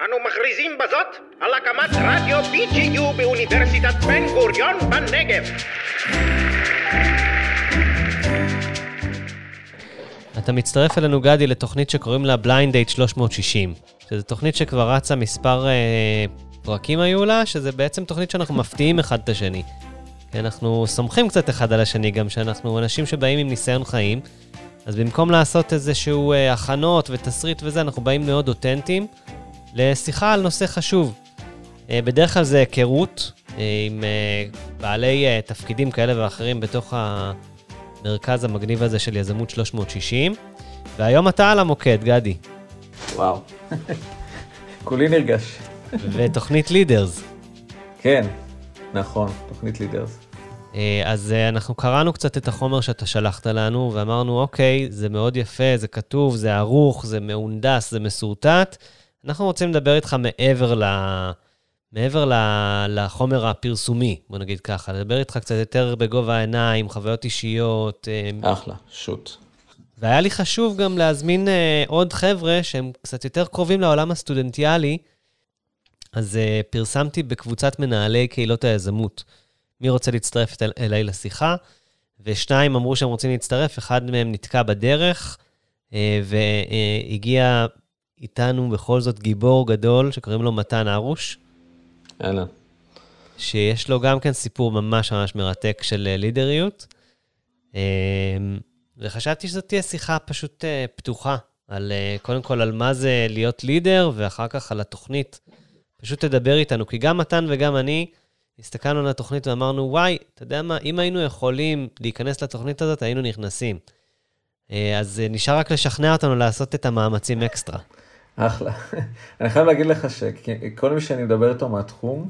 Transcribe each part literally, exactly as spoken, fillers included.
אנו מכריזים בזאת על הקמת רדיו בי ג'י יו באוניברסיטת בן גוריון בנגב. אתה מצטרף אלינו, גדי, לתוכנית שקוראים לה בליינד דייט שלוש מאות שישים, שזו תוכנית שכבר רצה מספר אה, פרקים היו לה, שזה בעצם תוכנית שאנחנו מפתיעים אחד את השני. כי אנחנו סומכים קצת אחד על השני, גם שאנחנו אנשים שבאים עם ניסיון חיים, אז במקום לעשות איזשהו אה, הכנות ותסריט וזה, אנחנו באים מאוד אותנטיים, לשיחה על נושא חשוב. בדרך כלל זה היכרות עם בעלי תפקידים כאלה ואחרים בתוך המרכז המגניב הזה של יזמות שלוש מאות שישים. והיום אתה על המוקד, גדי. וואו. כולי נרגש. ותוכנית לידרס. כן, נכון, תוכנית לידרס. אז אנחנו קראנו קצת את החומר שאתה שלחת לנו, ואמרנו, אוקיי, זה מאוד יפה, זה כתוב, זה ערוך, זה מהונדס, זה מסורטט. אנחנו רוצים לדבר איתך מעבר ל... מעבר ל... לחומר הפרסומי, בוא נגיד ככה, לדבר איתך קצת יותר בגובה העיניים, חוויות אישיות. אחלה, שוט. והיה לי חשוב גם להזמין uh, עוד חבר'ה שהם קצת יותר קרובים לעולם הסטודנטיאלי, אז uh, פרסמתי בקבוצת מנהלי קהילות היזמות. מי רוצה להצטרף אל... אליי לשיחה? ושניים אמרו שהם רוצים להצטרף, אחד מהם נתקע בדרך, uh, והגיע... איתנו בכל זאת גיבור גדול שקוראים לו מתן ארוש. אהלן. שיש לו גם כן סיפור ממש ממש מרתק של לידריות. וחשבתי שזאת תהיה שיחה פשוט פתוחה, על, קודם כל על מה זה להיות לידר, ואחר כך על התוכנית. פשוט תדבר איתנו, כי גם מתן וגם אני הסתכלנו על התוכנית ואמרנו, וואי, אתה יודע מה, אם היינו יכולים להיכנס לתוכנית הזאת, היינו נכנסים. אז נשאר רק לשכנע אותנו לעשות את המאמצים אקסטרה. אחלה. אני חייב להגיד לך שכל מי שאני מדבר איתו מהתחום,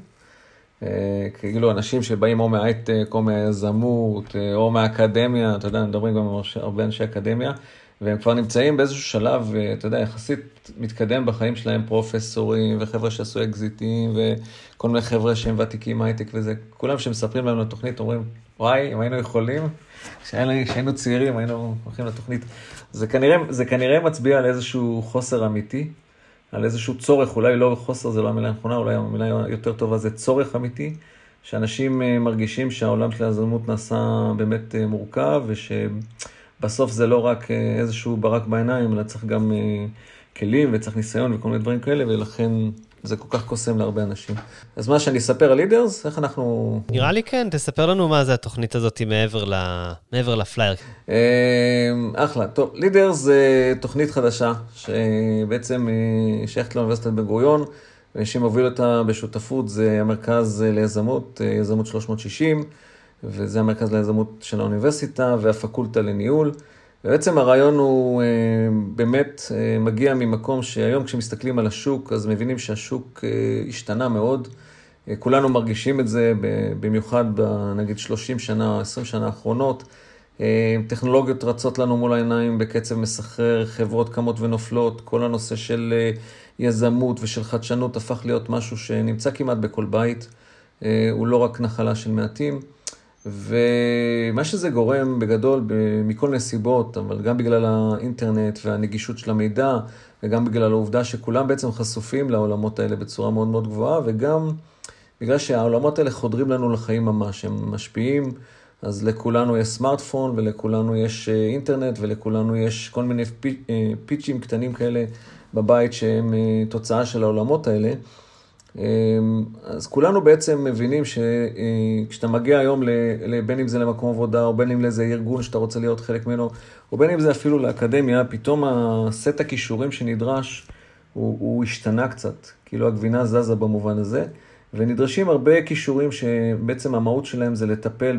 כאילו אנשים שבאים או מההייטק, או מהיזמות, או מהאקדמיה, אתה יודע, מדברים גם הרבה אנשי אקדמיה, והם כבר נמצאים באיזשהו שלב, אתה יודע, יחסית מתקדם בחיים שלהם, פרופסורים וחבר'ה שעשו אקזיטים, וכל מיני חבר'ה שהם ותיקים הייטק וזה, כולם שמספרים להם לתוכנית, אומרים, וואי, אם היינו יכולים, כשהיינו צעירים, היינו הולכים לתוכנית. זה כנראה, זה כנראה מצביע על איזשהו חוסר אמיתי, על איזשהו צורך, אולי לא חוסר, זה לא המילה הנכונה, אולי המילה יותר טובה, זה צורך אמיתי, שאנשים מרגישים שהעולם של היזמות נעשה באמת מורכב, ושבסוף זה לא רק איזשהו ברק בעיניים, אלא צריך גם כלים וצריך ניסיון וכל מיני דברים כאלה, ולכן זה כל כך קוסם להרבה אנשים. אז מה שאני אספר על לידרס, איך אנחנו... נראה לי כן, תספר לנו מה זה התוכנית הזאת מעבר, ל... מעבר לפלייר. אחלה, טוב, לידרס זה תוכנית חדשה, שבעצם שייכת לאוניברסיטת בן גוריון, שמוביל אותה בשותפות, זה המרכז ליזמות, יזמות שלוש מאות שישים, וזה המרכז ליזמות של האוניברסיטה, והפקולטה לניהול, ובעצם הרעיון הוא באמת מגיע ממקום שהיום כשמסתכלים על השוק, אז מבינים שהשוק השתנה מאוד. כולנו מרגישים את זה, במיוחד בנגיד שלושים שנה, עשרים שנה האחרונות. טכנולוגיות רצות לנו מול העיניים בקצב מסחרר, חברות קמות ונופלות, כל הנושא של יזמות ושל חדשנות הפך להיות משהו שנמצא כמעט בכל בית. הוא לא רק נחלה של מעטים. ומה שזה גורם בגדול מכל נסיבות, אבל גם בגלל האינטרנט והנגישות של המידע, וגם בגלל העובדה שכולם בעצם חשופים לעולמות האלה בצורה מאוד מאוד גבוהה, וגם בגלל שהעולמות האלה חודרים לנו לחיים ממש, הם משפיעים, אז לכולנו יש סמארטפון, ולכולנו יש אינטרנט, ולכולנו יש כל מיני פיצ'ים קטנים כאלה בבית שהם תוצאה של העולמות האלה. אז כולנו בעצם מבינים שכשאתה מגיע היום בין אם זה למקום עבודה, או בין אם לאיזה ארגון שאתה רוצה להיות חלק ממנו, או בין אם זה אפילו לאקדמיה, פתאום הסט הכישורים שנדרש הוא, הוא השתנה קצת, כאילו הגבינה זזה במובן הזה, ונדרשים הרבה כישורים שבעצם המהות שלהם זה לטפל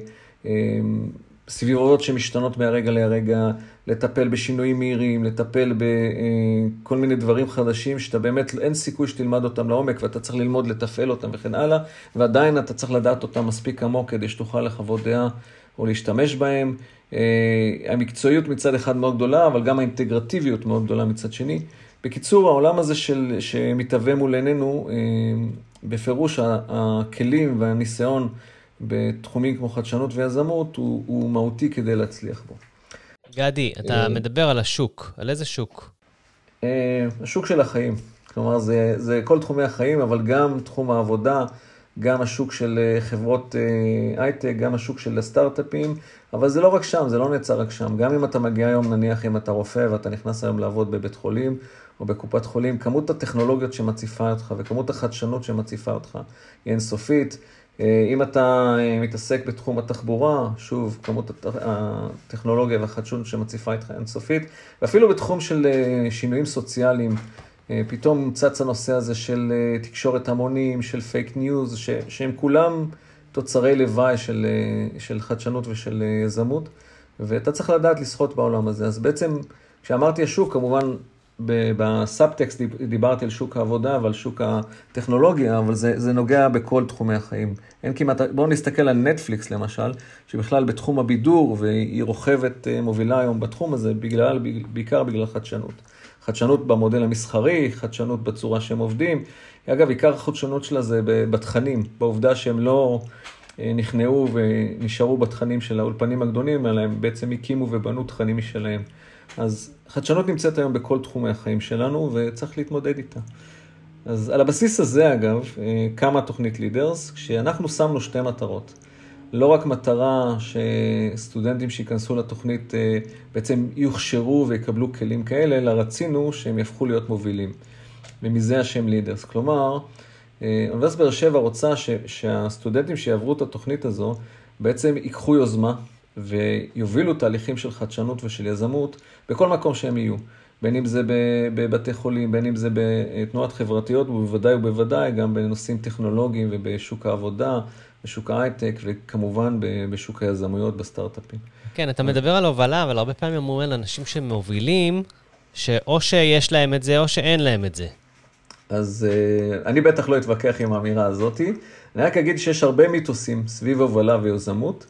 בסביבות שמשתנות מהרגע להרגע, לטפל בשינויים מהירים, לטפל בכל מיני דברים חדשים, שאתה באמת אין סיכוי שתלמד אותם לעומק, ואתה צריך ללמוד לתפעל אותם וכן הלאה, ועדיין אתה צריך לדעת אותם מספיק עמוק, כדי שתוכל לחוות דעה או להשתמש בהם. המקצועיות מצד אחד מאוד גדולה, אבל גם האינטגרטיביות מאוד גדולה מצד שני. בקיצור, העולם הזה של, שמתהווה מול עינינו, בפירוש הכלים והניסיון בתחומים כמו חדשנות ויזמות, הוא, הוא מהותי כדי להצליח בו. גדי, אתה מדבר על השוק. על איזה שוק? השוק של החיים. כלומר, זה, זה כל תחומי החיים, אבל גם תחום העבודה, גם השוק של חברות הייטק, גם השוק של הסטארט-אפים, אבל זה לא רק שם, זה לא נעצר רק שם. גם אם אתה מגיע היום, נניח, אם אתה רופא ואתה נכנס היום לעבוד בבית חולים או בקופת חולים, כמות הטכנולוגיות שמציפה אותך וכמות החדשנות שמציפה אותך היא אינסופית. אם אתה מתעסק בתחום התחבורה, שוב, כמות הטכנולוגיה והחדשנות שמציפה איתך אינסופית, ואפילו בתחום של שינויים סוציאליים, פתאום צץ הנושא הזה של תקשורת המונים, של פייק ניוז, ש- שהם כולם תוצרי לוואי של, של חדשנות ושל יזמות, ואתה צריך לדעת לשחות בעולם הזה. אז בעצם, כשאמרתי השוק, כמובן, בסאבטקסט דיברתי על שוק העבודה ועל שוק הטכנולוגיה, אבל זה, זה נוגע בכל תחומי החיים. אין כמעט, בואו נסתכל על נטפליקס למשל, שבכלל בתחום הבידור, והיא רוכבת מובילה היום בתחום הזה, בגלל, בעיקר בגלל חדשנות. חדשנות במודל המסחרי, חדשנות בצורה שהם עובדים. אגב, עיקר החדשנות שלה זה בתכנים, בעובדה שהם לא נכנעו ונשארו בתכנים של האולפנים הגדולים, אלא הם בעצם הקימו ובנו תכנים משלהם. אז חדשנות נמצאת היום בכל תחומי החיים שלנו, וצריך להתמודד איתה. אז על הבסיס הזה, אגב, קמה תוכנית לידרס, כשאנחנו שמנו שתי מטרות. לא רק מטרה שסטודנטים שיכנסו לתוכנית בעצם יוכשרו ויקבלו כלים כאלה, אלא רצינו שהם יהפכו להיות מובילים. ומזה השם לידרס. כלומר, אוניברסיטת באר שבע רוצה ש- שהסטודנטים שיעברו את התוכנית הזו, בעצם ייקחו יוזמה ויובילו תהליכים של חדשנות ושל יזמות בכל מקום שהם יהיו. בין אם זה בבתי חולים, בין אם זה בתנועות חברתיות, ובוודאי ובוודאי גם בנושאים טכנולוגיים ובשוק העבודה, בשוק ההייטק, וכמובן בשוק היזמויות, בסטארט-אפים. כן, אתה מדבר על הובלה, אבל הרבה פעמים אומרים על אנשים שמובילים, שאו שיש להם את זה, או שאין להם את זה. אז אני בטח לא אתווכח עם האמירה הזאת. אני רק אגיד שיש הרבה מיתוסים סביב הובלה ויזמות,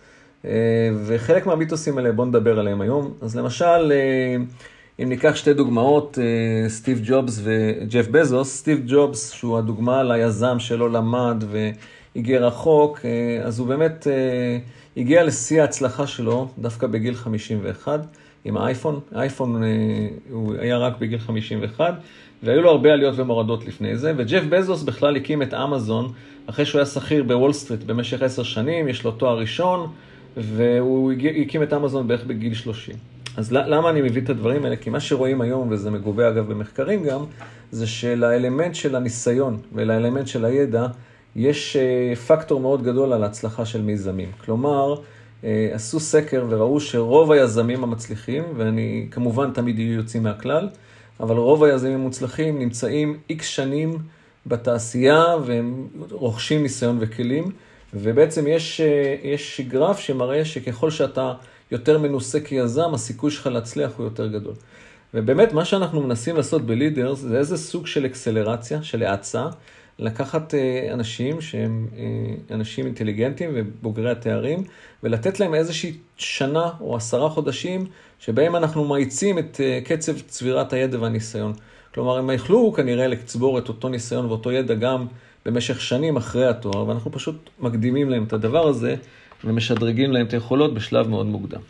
וחלק מהמיתוסים האלה בואו נדבר עליהם היום. אז למשל, אם ניקח שתי דוגמאות, סטיב ג'ובס וג'ף בזוס, סטיב ג'ובס, שהוא הדוגמה ליזם שלא למד והגיע רחוק, אז הוא באמת הגיע לשיא ההצלחה שלו דווקא בגיל חמישים ואחת עם האייפון. האייפון הוא היה רק בגיל חמישים ואחת, והיו לו הרבה עליות ומורדות לפני זה, וג'ף בזוס בכלל הקים את אמזון, אחרי שהוא היה שכיר בוול סטריט במשך עשר שנים, יש לו תואר ראשון, והוא הקים את אמזון בערך בגיל שלושים. אז למה אני מביא את הדברים האלה? כי מה שרואים היום, וזה מגובה אגב במחקרים גם, זה שלאלמנט של הניסיון ולאלמנט של הידע, יש פקטור מאוד גדול על ההצלחה של מיזמים. כלומר, עשו סקר וראו שרוב היזמים המצליחים, ואני כמובן תמיד יהיו יוצאים מהכלל, אבל רוב היזמים המוצלחים נמצאים איקס שנים בתעשייה, והם רוכשים ניסיון וכלים, ובעצם יש, יש גרף שמראה שככל שאתה יותר מנוסה כיזם, הסיכוי שלך להצליח הוא יותר גדול. ובאמת מה שאנחנו מנסים לעשות בלידרס, זה איזה סוג של אקסלרציה, של האצה, לקחת אנשים שהם אנשים אינטליגנטים ובוגרי התארים, ולתת להם איזושהי שנה או עשרה חודשים, שבהם אנחנו מאיצים את קצב צבירת הידע והניסיון. כלומר, הם יוכלו כנראה לצבור את אותו ניסיון ואותו ידע גם במשך שנים אחרי התואר, ואנחנו פשוט מקדימים להם את הדבר הזה, ומשדרגים להם את היכולות בשלב מאוד מוקדם.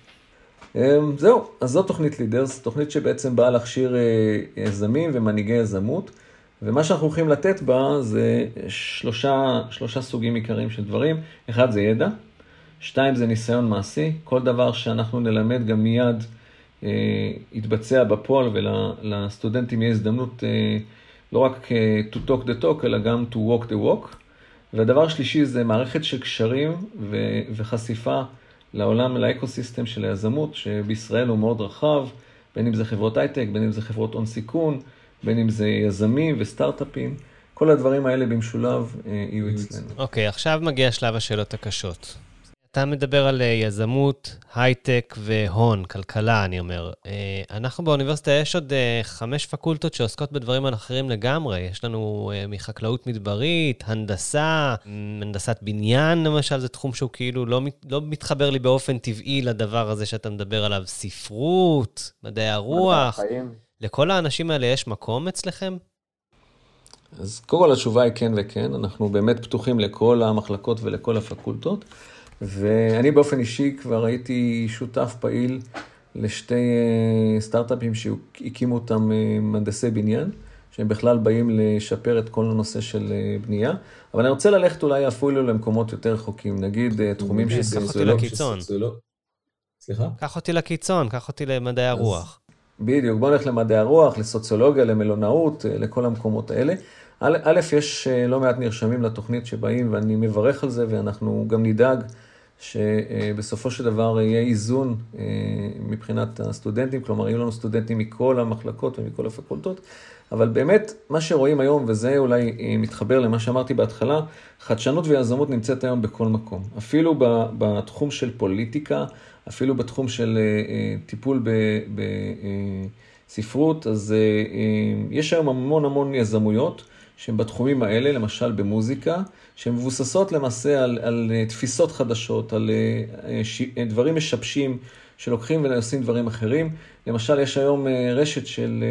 זהו, אז זו תוכנית לידרס, תוכנית שבעצם באה להכשיר יזמים ומנהיגי יזמות, ומה שאנחנו הולכים לתת בה זה שלושה, שלושה סוגים עיקריים של דברים. אחד זה ידע, שתיים זה ניסיון מעשי, כל דבר שאנחנו נלמד גם מיד אה, יתבצע בפועל, ולסטודנטים יהיה הזדמנות אה, לא רק to talk the talk, אלא גם to walk the walk. והדבר השלישי זה מערכת של קשרים ו- וחשיפה לעולם, לאקוסיסטם של היזמות, שבישראל הוא מאוד רחב, בין אם זה חברות הייטק, בין אם זה חברות הון סיכון, בין אם זה יזמים וסטארט-אפים, כל הדברים האלה במשולב אה, יהיו אצלנו. אוקיי, okay, עכשיו מגיע שלב השאלות הקשות. אתה מדבר על יזמות, הייטק והון, כלכלה, אני אומר. אנחנו באוניברסיטה יש עוד חמש פקולטות שעוסקות בדברים אחרים לגמרי. יש לנו מחקלאות מדברית, הנדסה, הנדסת בניין, למשל, זה תחום שהוא כאילו לא, לא מתחבר לי באופן טבעי לדבר הזה שאתה מדבר עליו. ספרות, מדעי הרוח. לכל האנשים האלה יש מקום אצלכם? אז קודם כל התשובה היא כן וכן. אנחנו באמת פתוחים לכל המחלקות ולכל הפקולטות. ואני באופן אישי כבר הייתי שותף פעיל לשתי סטארט-אפים שהקימו אותם מהנדסי בניין, שהם בכלל באים לשפר את כל הנושא של בנייה, אבל אני רוצה ללכת אולי אפילו למקומות יותר רחוקים, נגיד תחומים של סוציולוגיה. קח אותי לקיצון. סליחה? קח אותי לקיצון, קח אותי למדעי הרוח. בדיוק, בוא נלך למדעי הרוח, לסוציולוגיה, למלונאות, לכל המקומות האלה. א', יש לא מעט נרשמים לתוכנית שבאים, ואני מברך על זה, ואנחנו גם נדאג שבסופו של דבר יהיה איזון מבחינת הסטודנטים, כלומר, יהיו לנו סטודנטים מכל המחלקות ומכל הפקולטות, אבל באמת, מה שרואים היום, וזה אולי מתחבר למה שאמרתי בהתחלה, חדשנות ויזמות נמצאת היום בכל מקום. אפילו בתחום של פוליטיקה, אפילו בתחום של טיפול בספרות, אז יש היום המון המון יזמויות, שהן בתחומים האלה, למשל במוזיקה, שהן מבוססות למעשה על, על תפיסות חדשות, על ש, דברים משבשים שלוקחים ועושים דברים אחרים. למשל, יש היום רשת של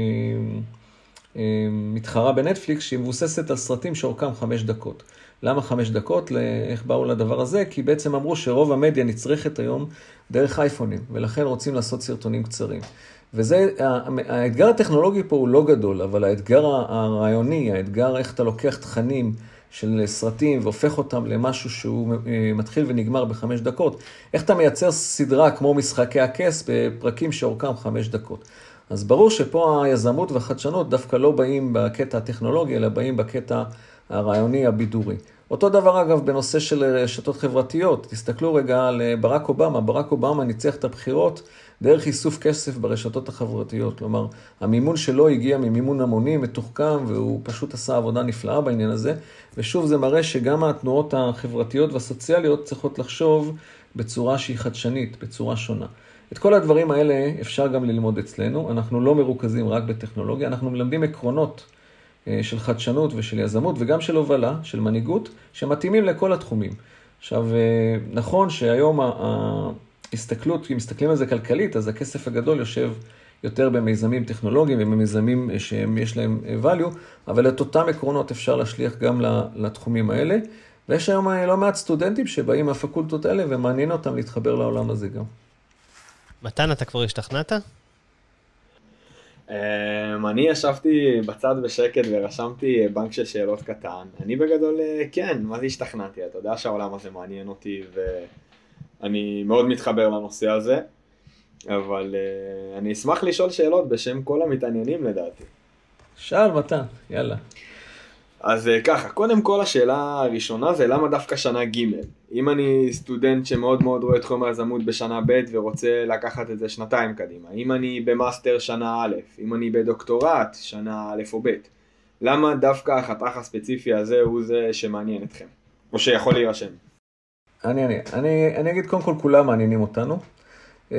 מתחרה בנטפליקס, שהיא מבוססת על סרטים שאורכם חמש דקות. למה חמש דקות? איך באו לדבר הזה? כי בעצם אמרו שרוב המדיה נצרכת היום דרך אייפונים, ולכן רוצים לעשות סרטונים קצרים. וזה, האתגר הטכנולוגי פה הוא לא גדול, אבל האתגר הרעיוני, האתגר איך אתה לוקח תכנים של סרטים והופך אותם למשהו שהוא מתחיל ונגמר בחמש דקות, איך אתה מייצר סדרה כמו משחקי הכס בפרקים שאורכם חמש דקות. אז ברור שפה היזמות והחדשנות דווקא לא באים בקטע הטכנולוגי, אלא באים בקטע הרעיוני הבידורי. אותו דבר אגב בנושא של רשתות חברתיות, תסתכלו רגע על ברק אובמה, ברק אובמה ניצח את הבחירות דרך איסוף כסף ברשתות החברתיות, כלומר המימון שלו הגיע ממימון המוני מתוחכם, והוא פשוט עשה עבודה נפלאה בעניין הזה, ושוב זה מראה שגם התנועות החברתיות והסוציאליות צריכות לחשוב בצורה שהיא חדשנית, בצורה שונה. את כל הדברים האלה אפשר גם ללמוד אצלנו, אנחנו לא מרוכזים רק בטכנולוגיה, אנחנו מלמדים עקרונות של חדשנות ושל יזמות וגם של הובלה, של מנהיגות, שמתאימים לכל התחומים. עכשיו, נכון שהיום ההסתכלות, אם מסתכלים על זה כלכלית, אז הכסף הגדול יושב יותר במיזמים טכנולוגיים ובמיזמים שיש להם value, אבל את אותם עקרונות אפשר להשליח גם לתחומים האלה, ויש היום לא מעט סטודנטים שבאים מהפקולטות האלה ומעניין אותם להתחבר לעולם הזה גם. מתן, אתה כבר השתכנעת? אני ישבתי בצד בשקט ורשמתי בנק של שאלות קטן. אני בגדול כן, מה זה השתכנעתי? אתה יודע שהעולם הזה מעניין אותי ואני מאוד מתחבר לנושא הזה, אבל אני אשמח לשאול שאלות בשם כל המתעניינים לדעתי. שאל מתן, יאללה. אז ככה, קודם כל השאלה הראשונה זה למה דווקא שנה ג'? אם אני סטודנט שמאוד מאוד רואה תחום היזמות בשנה ב' ורוצה לקחת את זה שנתיים קדימה, אם אני במאסטר שנה א', אם אני בדוקטורט שנה א' או ב', למה דווקא החתך הספציפי הזה הוא זה שמעניין אתכם? או שיכול להירשם? אני, אני, אני, אני אגיד קודם כל כולם מעניינים אותנו. Uh,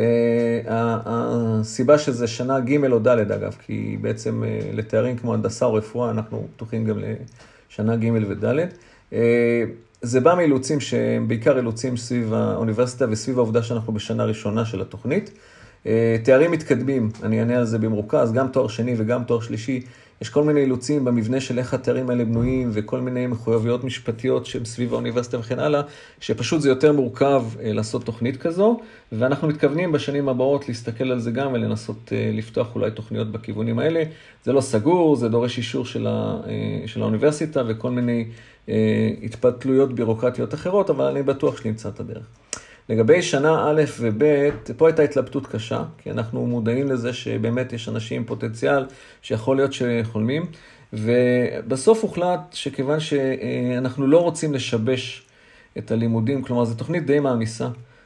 הסיבה שזה שנה ג' או ד' אגב, כי בעצם uh, לתארים כמו הנדסה או רפואה, אנחנו פתוחים גם לשנה ג' וד'. Uh, זה בא מאילוצים שהם בעיקר אילוצים סביב האוניברסיטה וסביב העובדה שאנחנו בשנה ראשונה של התוכנית. Uh, תארים מתקדמים, אני אענה על זה במרוכז, גם תואר שני וגם תואר שלישי, יש כל מיני אילוצים במבנה של איך התארים האלה בנויים, וכל מיני מחויבויות משפטיות סביב האוניברסיטה וכן הלאה, שפשוט זה יותר מורכב לעשות תוכנית כזו, ואנחנו מתכוונים בשנים הבאות להסתכל על זה גם, ולנסות לפתוח אולי תוכניות בכיוונים האלה. זה לא סגור, זה דורש אישור של, ה, של האוניברסיטה, וכל מיני התפתלויות בירוקרטיות אחרות, אבל אני בטוח שנמצא את הדרך. לגבי שנה א' וב', פה הייתה התלבטות קשה, כי אנחנו מודעים לזה שבאמת יש אנשים עם פוטנציאל שיכול להיות שחולמים, ובסוף הוחלט שכיוון שאנחנו לא רוצים לשבש את הלימודים, כלומר זו תוכנית די מעמיסה,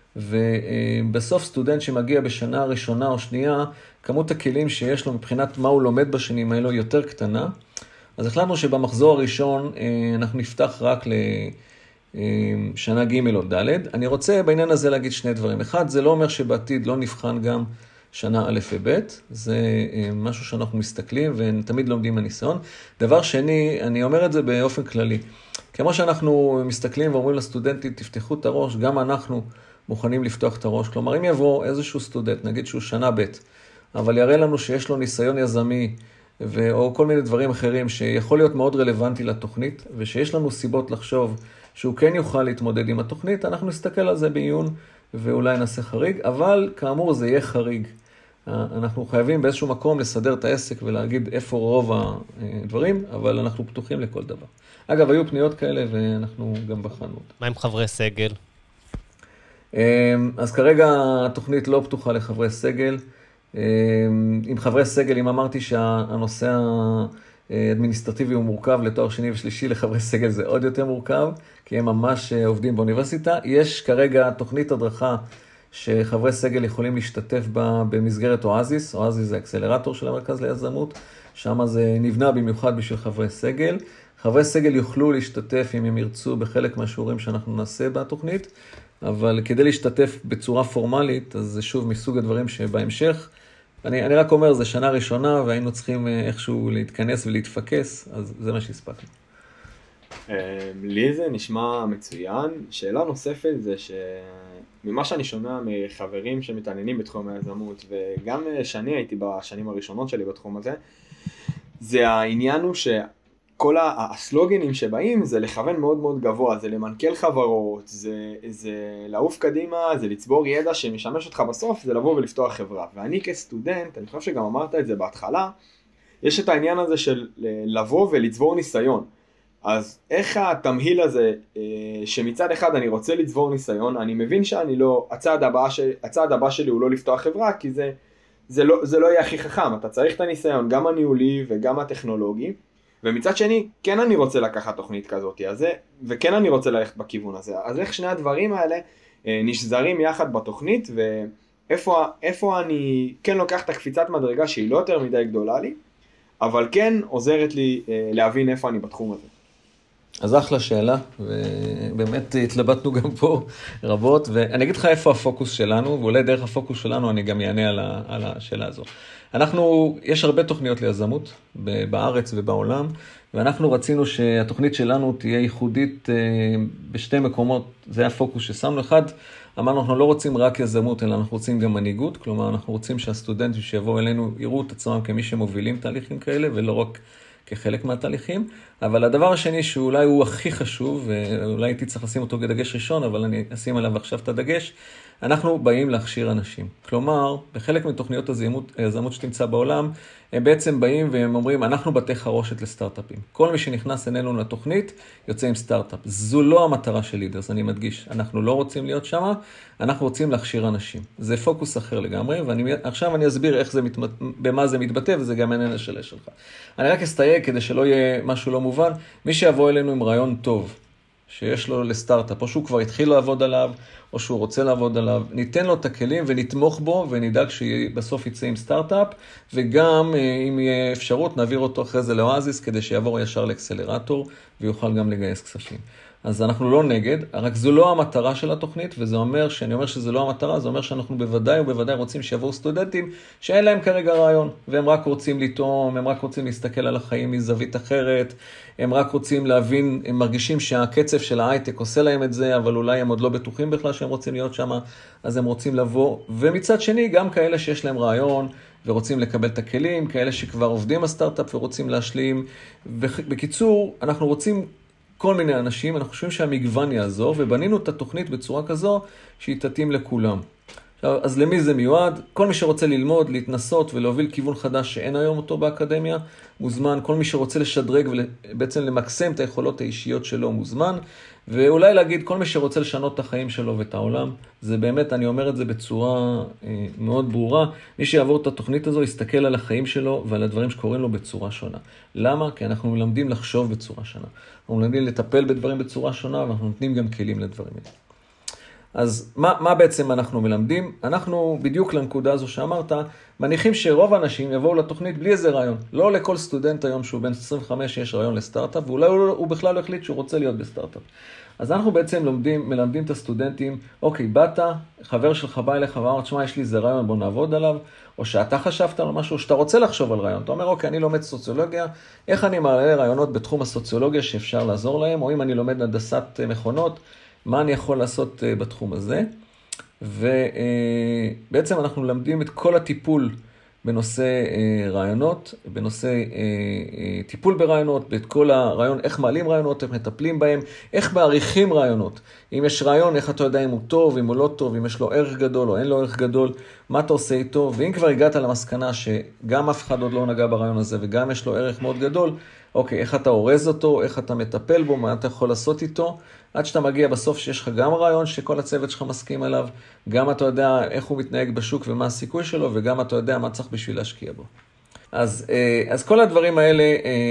ובסוף סטודנט שמגיע בשנה הראשונה או שנייה, כמות הכלים שיש לו מבחינת מה הוא לומד בשנים האלו יותר קטנה, אז החלטנו שבמחזור הראשון אנחנו נפתח רק ל... שנה ג' או ד'. אני רוצה בעניין הזה להגיד שני דברים. אחד, זה לא אומר שבעתיד לא נבחן גם שנה א' וב', זה משהו שאנחנו מסתכלים ותמיד לומדים מהניסיון. דבר שני, אני אומר את זה באופן כללי. כמו שאנחנו מסתכלים ואומרים לסטודנטים, תפתחו את הראש, גם אנחנו מוכנים לפתוח את הראש. כלומר, אם יבוא איזשהו סטודנט, נגיד שהוא שנה ב', אבל יראה לנו שיש לו ניסיון יזמי, ו- או כל מיני דברים אחרים שיכול להיות מאוד רלוונטי לתוכנית, ושיש לנו סיבות לחשוב שהוא כן יוכל להתמודד עם התוכנית, אנחנו נסתכל על זה בעיון ואולי נעשה חריג, אבל כאמור זה יהיה חריג. אנחנו חייבים באיזשהו מקום לסדר את העסק ולהגיד איפה רוב הדברים, אבל אנחנו פתוחים לכל דבר. אגב, היו פניות כאלה ואנחנו גם בחנו. מה עם חברי סגל? אז כרגע התוכנית לא פתוחה לחברי סגל. עם חברי סגל, אם אמרתי שהנושא האדמיניסטרטיבי הוא מורכב לתואר שני ושלישי, לחברי סגל זה עוד יותר מורכב, כי הם ממש עובדים באוניברסיטה. יש כרגע תוכנית הדרכה שחברי סגל יכולים להשתתף בה במסגרת אואזיס. אואזיס זה האקסלרטור של המרכז ליזמות, שם זה נבנה במיוחד בשביל חברי סגל. חברי סגל יוכלו להשתתף אם הם ירצו בחלק מהשיעורים שאנחנו נעשה בתוכנית, אבל כדי להשתתף בצורה פורמלית, אז זה שוב מסוג הדברים שבהמשך, אני, אני רק אומר, זה שנה ראשונה והיינו צריכים איכשהו להתכנס ולהתפקס, אז זה מה שהספקנו. לי זה נשמע מצוין. שאלה נוספת זה שממה שאני שומע מחברים שמתעניינים בתחום היזמות, וגם שאני הייתי בשנים הראשונות שלי בתחום הזה, זה העניין הוא שכל הסלוגנים שבאים זה לכוון מאוד מאוד גבוה, זה למנכ"ל חברות, זה, זה לעוף קדימה, זה לצבור ידע שמשמש אותך בסוף, זה לבוא ולפתוח חברה. ואני כסטודנט, אני חושב שגם אמרת את זה בהתחלה, יש את העניין הזה של לבוא ולצבור ניסיון. אז איך התמהיל הזה, שמצד אחד אני רוצה לצבור ניסיון, אני מבין שאני לא, הצעד הבא, ש, הצעד הבא שלי הוא לא לפתוח חברה, כי זה, זה לא, זה לא יהיה הכי חכם, אתה צריך את הניסיון, גם הניהולי וגם הטכנולוגי, ומצד שני, כן אני רוצה לקחת תוכנית כזאת, אז, וכן אני רוצה ללכת בכיוון הזה, אז איך שני הדברים האלה נשזרים יחד בתוכנית, ואיפה איפה אני כן לוקח את הקפיצת מדרגה שהיא לא יותר מדי גדולה לי, אבל כן עוזרת לי להבין איפה אני בתחום הזה. אז אחלה שאלה, ובאמת התלבטנו גם פה רבות, ואני אגיד לך איפה הפוקוס שלנו, ואולי דרך הפוקוס שלנו אני גם יענה על, ה, על השאלה הזו. אנחנו, יש הרבה תוכניות ליזמות בארץ ובעולם, ואנחנו רצינו שהתוכנית שלנו תהיה ייחודית בשתי מקומות, זה הפוקוס ששמנו. אחד, אמרנו, אנחנו לא רוצים רק יזמות, אלא אנחנו רוצים גם מנהיגות, כלומר אנחנו רוצים שהסטודנטים שיבואו אלינו יראו את עצמם כמי שמובילים תהליכים כאלה, ולא רק כחלק מהתהליכים. אבל הדבר השני שאולי הוא הכי חשוב, ואולי הייתי צריך לשים אותו כדגש ראשון, אבל אני אשים עליו עכשיו את הדגש, אנחנו באים להכשיר אנשים. כלומר, בחלק מתוכניות היזמות, היזמות שתמצא בעולם, הם בעצם באים והם אומרים, אנחנו בתי חרושת לסטארט-אפים. כל מי שנכנס אלינו לתוכנית, יוצא עם סטארט-אפ. זו לא המטרה של לידרס, אני מדגיש. אנחנו לא רוצים להיות שם, אנחנו רוצים להכשיר אנשים. זה פוקוס אחר לגמרי, ועכשיו אני אסביר איך זה מתמת... במה זה מתבטא, וזה גם איננה השאלה שלך. אני רק אסתייג כדי שלא יהיה משהו לא מובן. מי שיבוא אלינו עם רעיון טוב, שיש לו לסטארט-אפ, או שהוא כבר התחיל לעבוד עליו, או שהוא רוצה לעבוד עליו, ניתן לו את הכלים ונתמוך בו, ונדאג שבסוף יצא עם סטארט-אפ, וגם אם יהיה אפשרות, נעביר אותו אחרי זה לאואזיס, כדי שיעבור ישר לאקסלרטור, ויוכל גם לגייס כספים. אז אנחנו לא נגד, רק זו לא המטרה של התוכנית, וזה אומר, שאני אומר שזה לא המטרה, זה אומר שאנחנו בוודאי ובוודאי רוצים שיבואו סטודנטים, שאין להם כרגע רעיון, והם רק רוצים לטעום, הם רק רוצים להסתכל על החיים מזווית אחרת, הם רק רוצים להבין, הם מרגישים שהקצב של ההייטק עושה להם את זה, אבל אולי הם עוד לא בטוחים בכלל שהם רוצים להיות שם, אז הם רוצים לבוא, ומצד שני, גם כאלה שיש להם רעיון, ורוצים לקבל את הכלים, כאלה שכבר עובדים בסטארט-אפ ורוצים להשלים, ובקיצור, אנחנו רוצים כל מיני אנשים, אנחנו חושבים שהמגוון יעזור, ובנינו את התוכנית בצורה כזו שהיא תתאים לכולם. עכשיו, אז למי זה מיועד? כל מי שרוצה ללמוד, להתנסות ולהוביל כיוון חדש שאין היום אותו באקדמיה, מוזמן. כל מי שרוצה לשדרג ובעצם למקסם את היכולות האישיות שלו, מוזמן. ואולי להגיד, כל מי שרוצה לשנות את החיים שלו ואת העולם, זה באמת, אני אומר את זה בצורה אה, מאוד ברורה, מי שיעבור את התוכנית הזו, יסתכל על החיים שלו ועל הדברים שקורים לו בצורה שונה. למה? כי אנחנו מלמדים לחשוב בצורה שונה. אנחנו מלמדים לטפל בדברים בצורה שונה, ואנחנו נותנים גם כלים לדברים האלה. אז מה, מה בעצם אנחנו מלמדים? אנחנו בדיוק לנקודה הזו שאמרת, מניחים שרוב האנשים יבואו לתוכנית בלי איזה רעיון. לא לכל סטודנט היום שהוא בן עשרים וחמש יש רעיון לסטארט-אפ, ואולי הוא, הוא בכלל לא החליט שהוא רוצה להיות בסטארט-אפ. אז אנחנו בעצם לומדים, מלמדים את הסטודנטים, אוקיי, באת, חבר שלך בא אליך ואמר, תשמע, יש לי איזה רעיון, בוא נעבוד עליו, או שאתה חשבת על משהו, שאתה רוצה לחשוב על רעיון. אתה אומר, אוקיי, אני לומד סוציולוגיה, איך אני מעלה רעיונות בתחום הסוציולוגיה שאפשר לעזור להם, או אם אני לומד הנדסת מכונות, מה אני יכול לעשות בתחום הזה. ובעצם אנחנו למדים את כל הטיפול בנושא אה, רעיונות, בנושא אה, אה, טיפול ברעיונות, באת כל הרעיון, איך מעלים רעיונות, איך מטפלים בהם, איך מעריכים רעיונות. אם יש רעיון, איך אתה יודע אם הוא טוב, אם הוא לא טוב, אם יש לו ערך גדול או אין לו ערך גדול, מה אתה עושה איתו, ואם כבר הגעת למסקנה שגם אף אחד עוד לא נגע ברעיון הזה, וגם יש לו ערך מאוד גדול, אוקיי, איך אתה אורז אותו, איך אתה מטפל בו, מה אתה יכול לעשות איתו, עד שאתה מגיע בסוף שיש לך גם רעיון שכל הצוות שלך מסכים עליו, גם אתה יודע איך הוא מתנהג בשוק ומה הסיכוי שלו, וגם אתה יודע מה צריך בשביל להשקיע בו. אז, אז כל הדברים האלה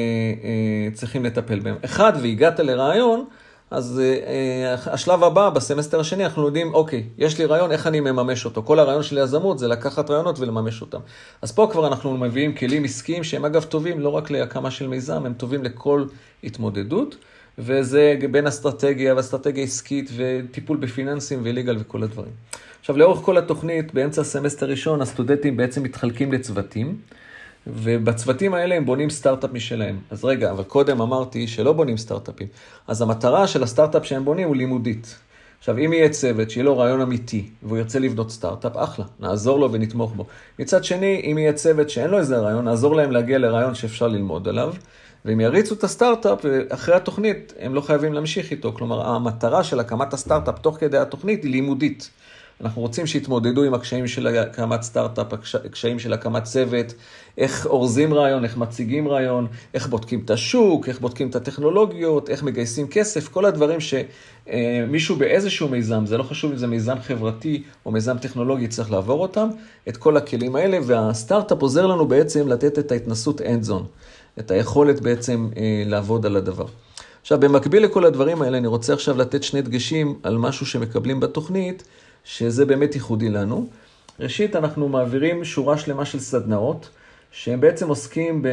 צריכים לטפל בהם. אחד, והגעת לרעיון, אז השלב הבא, בסמסטר השני, אנחנו יודעים, אוקיי, יש לי רעיון, איך אני מממש אותו? כל הרעיון של יזמות זה לקחת רעיונות ולממש אותם. אז פה כבר אנחנו מביאים כלים עסקיים שהם אגב טובים, לא רק להקמה של מיזם, הם טובים לכל התמודדות, וזה בין אסטרטגיה ואסטרטגיה עסקית וטיפול בפיננסים וליגל וכל הדברים. עכשיו, לאורך כל התוכנית, באמצע הסמסטר ראשון, הסטודנטים בעצם מתחלקים לצוותים, ובצוותים האלה הם בונים סטארט-אפ משלהם. אז רגע, אבל קודם אמרתי שלא בונים סטארט-אפים. אז המטרה של הסטארט-אפ שהם בונים הוא לימודית. עכשיו, אם יהיה צוות שיהיה לו רעיון אמיתי, והוא ירצה לבנות סטארט-אפ, אחלה, נעזור לו ונתמוך בו. מצד שני, אם יהיה צוות שאין לו איזה רעיון, נעזור להם להגיע לרעיון שאפשר ללמוד עליו, והם יריצו את הסטארט-אפ, ואחרי התוכנית הם לא חייבים להמשיך איתו. כלומר, המטרה של הקמת הסטארט-אפ תוך כדי התוכנית היא לימודית. אנחנו רוצים שיתמודדו עם הקשיים של הקמת סטארט-אפ, הקשיים של הקמת צוות, איך אורזים רעיון, איך מציגים רעיון, איך בודקים את השוק, איך בודקים את הטכנולוגיות, איך מגייסים כסף, כל הדברים שמישהו באיזשהו מיזם, זה לא חשוב אם זה מיזם חברתי או מיזם טכנולוגי, צריך לעבור אותם, את כל הכלים האלה, והסטארט-אפ עוזר לנו בעצם לתת את ההתנסות end zone, את היכולת בעצם לעבוד על הדבר. עכשיו, במקביל לכל הדברים האלה, אני רוצה עכשיו לתת שני דגשים על משהו שמקבלים בתוכנית, שזה באמת ייחודי לנו. ראשית, אנחנו מעבירים שורה שלמה של סדנאות, שהם בעצם עוסקים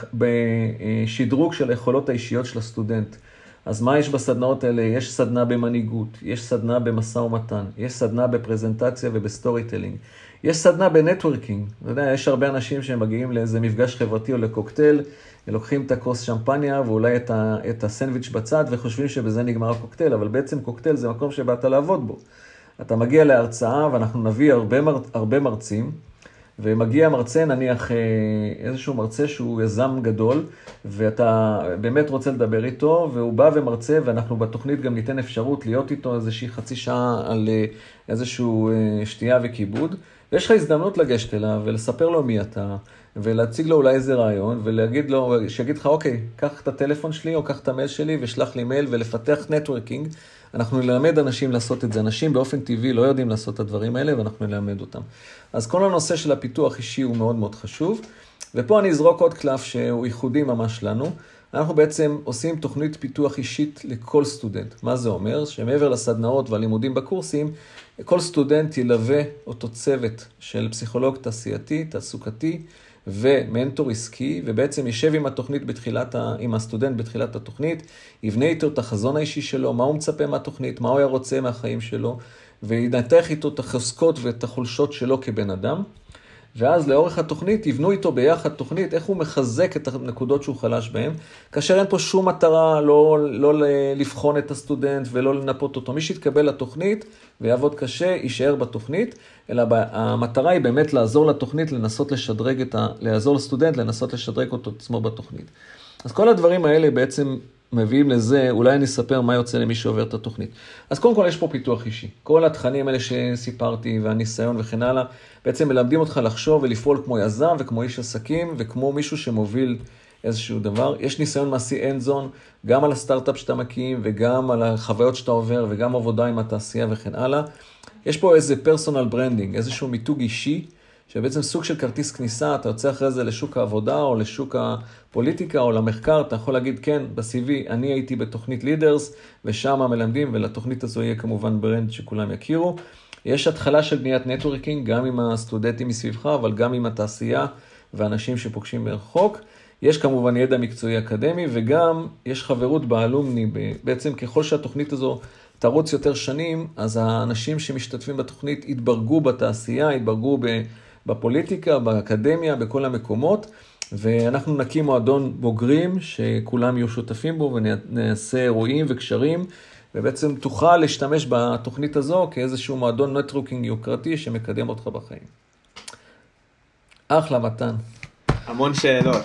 בשדרוג של היכולות האישיות של הסטודנט. אז מה יש בסדנאות האלה? יש סדנה במנהיגות, יש סדנה במשא ומתן, יש סדנה בפרזנטציה ובסטורי טלינג, יש סדנה בנטוורקינג. אתה יודע, יש הרבה אנשים שהם מגיעים לאיזה מפגש חברתי או לקוקטייל, לוקחים את הכוס שמפניה ואולי את, ה, את הסנדוויץ' בצד וחושבים שבזה נגמר הקוקטייל, אבל בעצם קוקטייל זה מקום שבאת לעבוד בו. אתה מגיע להרצאה ואנחנו נביא הרבה, מר, הרבה מרצים, ומגיע מרצה, נניח איזשהו מרצה שהוא יזם גדול, ואתה באמת רוצה לדבר איתו, והוא בא ומרצה, ואנחנו בתוכנית גם ניתן אפשרות להיות איתו איזושהי חצי שעה על איזשהו שתייה וכיבוד, ויש לך הזדמנות לגשת אליו ולספר לו מי אתה, ולהציג לו אולי איזה רעיון, ולהגיד לו, שיגיד לך, אוקיי, קח את הטלפון שלי או קח את המייל שלי ושלח לי מייל ולפתח נטוורקינג. אנחנו נלמד אנשים לעשות את זה. אנשים באופן טבעי לא יודעים לעשות את הדברים האלה, ואנחנו נלמד אותם. אז כל הנושא של הפיתוח אישי הוא מאוד מאוד חשוב, ופה אני אזרוק עוד קלף שהוא ייחודי ממש לנו. אנחנו בעצם עושים תוכנית פיתוח אישית לכל סטודנט. מה זה אומר? שמעבר לסדנאות והלימודים בקורסים, כל סטודנט ילווה אותו צוות של פסיכולוג תעשייתי, תעסוקתי, ומנטור עסקי, ובעצם יישב עם התוכנית בתחילת, עם הסטודנט בתחילת התוכנית, יבנה איתו את החזון האישי שלו, מה הוא מצפה מהתוכנית, מה הוא היה רוצה מהחיים שלו, וינתח איתו את החוזקות ואת החולשות שלו כבן אדם, ואז לאורך התוכנית יבנו איתו ביחד תוכנית, איך הוא מחזק את הנקודות שהוא חלש בהן, כאשר אין פה שום מטרה לא, לא לבחון את הסטודנט ולא לנפות אותו. מי שיתקבל לתוכנית ויעבוד קשה, יישאר בתוכנית, אלא המטרה היא באמת לעזור לתוכנית, לנסות לשדרג את ה... לעזור לסטודנט, לנסות לשדרג אותו עצמו בתוכנית. אז כל הדברים האלה בעצם מביאים לזה, אולי אני אספר מה יוצא למי שעובר את התוכנית. אז קודם כל יש פה פיתוח אישי. כל התכנים האלה שסיפרתי והניסיון וכן הלאה, בעצם מלמדים אותך לחשוב ולפעול כמו יזם וכמו איש עסקים וכמו מישהו שמוביל איזשהו דבר. יש ניסיון מעשי end zone, גם על הסטארט-אפ שאתה מקים וגם על החוויות שאתה עובר וגם עבודה עם התעשייה וכן הלאה. יש פה איזה personal branding, איזשהו מיתוג אישי, שבעצם סוג של כרטיס כניסה, אתה יוצא אחרי זה לשוק העבודה או לשוק הפוליטיקה או למחקר, אתה יכול להגיד כן, ב-סי וי אני הייתי בתוכנית לידרס ושם מלמדים, ולתוכנית הזו יהיה כמובן ברנד שכולם יכירו. יש התחלה של בניית נטוורקינג, גם עם הסטודנטים מסביבך, אבל גם עם התעשייה ואנשים שפוגשים מרחוק. יש כמובן ידע מקצועי אקדמי, וגם יש חברות באלומני. בעצם ככל שהתוכנית הזו תרוץ יותר שנים, אז האנשים שמשתתפים בתוכנית יתברגו בתעשייה, יתברגו בפוליטיקה, באקדמיה, בכל המקומות, ואנחנו נקים מועדון בוגרים שכולם יהיו שותפים בו, ונעשה אירועים וקשרים, ובעצם תוכל להשתמש בתוכנית הזו כאיזשהו מועדון נטוורקינג יוקרתי שמקדם אותך בחיים. אחלה מתן. המון שאלות.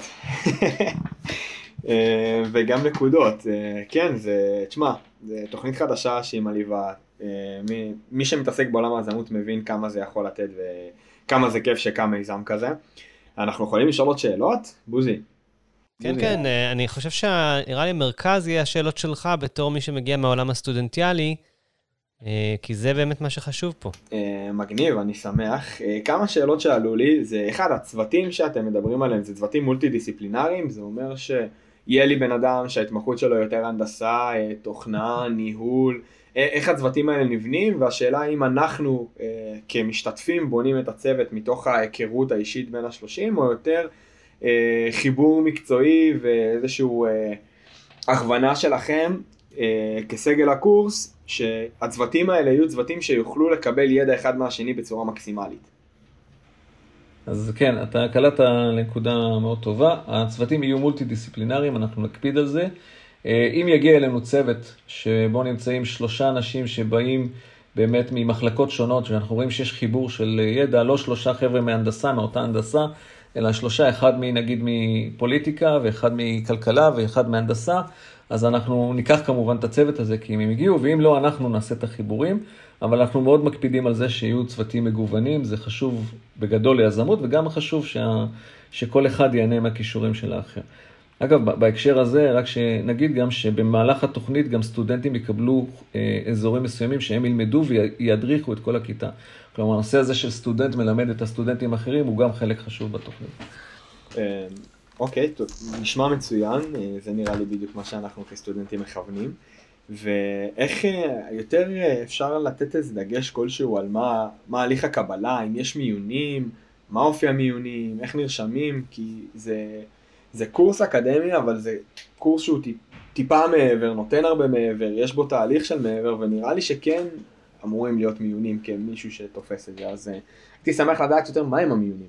וגם נקודות. כן, זה, תשמע, זה תוכנית חדשה שהיא מלאיבה. מי, מי שמתעסק בעולם היזמות מבין כמה זה יכול לתת וכמה זה כיף שקם מיזם כזה. אנחנו יכולים לשאול עוד שאלות? בוזי. כן, בוזי. כן, אני חושב שנראה לי מרכז יהיה השאלות שלך בתור מי שמגיע מהעולם הסטודנטיאלי, כי זה באמת מה שחשוב פה. מגניב, אני שמח. כמה שאלות שעלו לי, זה אחד, הצוותים שאתם מדברים עליהם, זה צוותים מולטי-דיסציפלינריים, זה אומר שיהיה לי בן אדם שההתמחות שלו יותר הנדסה, תוכנה, ניהול, איך הצוותים האלה נבנים, והשאלה אם אנחנו כמשתתפים בונים את הצוות מתוך ההיכרות האישית בין השלושים, או יותר חיבור מקצועי ואיזשהו הכוונה שלכם כסגל הקורס, שהצוותים האלה יהיו צוותים שיוכלו לקבל ידע אחד מהשני בצורה מקסימלית. אז כן, אתה קלעת לנקודה מאוד טובה. הצוותים יהיו מולטי-דיסציפלינריים, אנחנו נקפיד על זה. אם יגיע אלינו צוות שבו נמצאים שלושה אנשים שבאים באמת ממחלקות שונות, ואנחנו רואים שיש חיבור של ידע, לא שלושה חבר'ה מהנדסה, מאותה הנדסה, אלא שלושה, אחד נגיד מפוליטיקה, ואחד מכלכלה, ואחד מהנדסה, אז אנחנו ניקח כמובן את הצוות הזה, כי אם הם הגיעו, ואם לא, אנחנו נעשה את החיבורים, אבל אנחנו מאוד מקפידים על זה שיהיו צוותים מגוונים, זה חשוב בגדול ליזמות, וגם חשוב שה... שכל אחד ייהנה מהכישורים של האחר. אגב, בהקשר הזה, רק שנגיד גם שבמהלך התוכנית גם סטודנטים יקבלו אה, אזורים מסוימים שהם ילמדו וידריכו את כל הכיתה. כלומר, הנושא הזה של סטודנט מלמד את הסטודנטים האחרים הוא גם חלק חשוב בתוכנית. אוקיי, נשמע מצוין, זה נראה לי בדיוק מה שאנחנו כסטודנטים מכוונים. ואיך יותר אפשר לתת איזה דגש כלשהו על מה, מה הליך הקבלה, אם יש מיונים, מה אופי המיונים, איך נרשמים, כי זה... זה קורס אקדמי, אבל זה קורס שהוא טיפה מעבר, נותן הרבה מעבר, יש בו תהליך של מעבר, ונראה לי שכן אמורים להיות מיונים כמישהו שתופס את זה, אז הייתי שמח לדעת יותר מהם המיונים.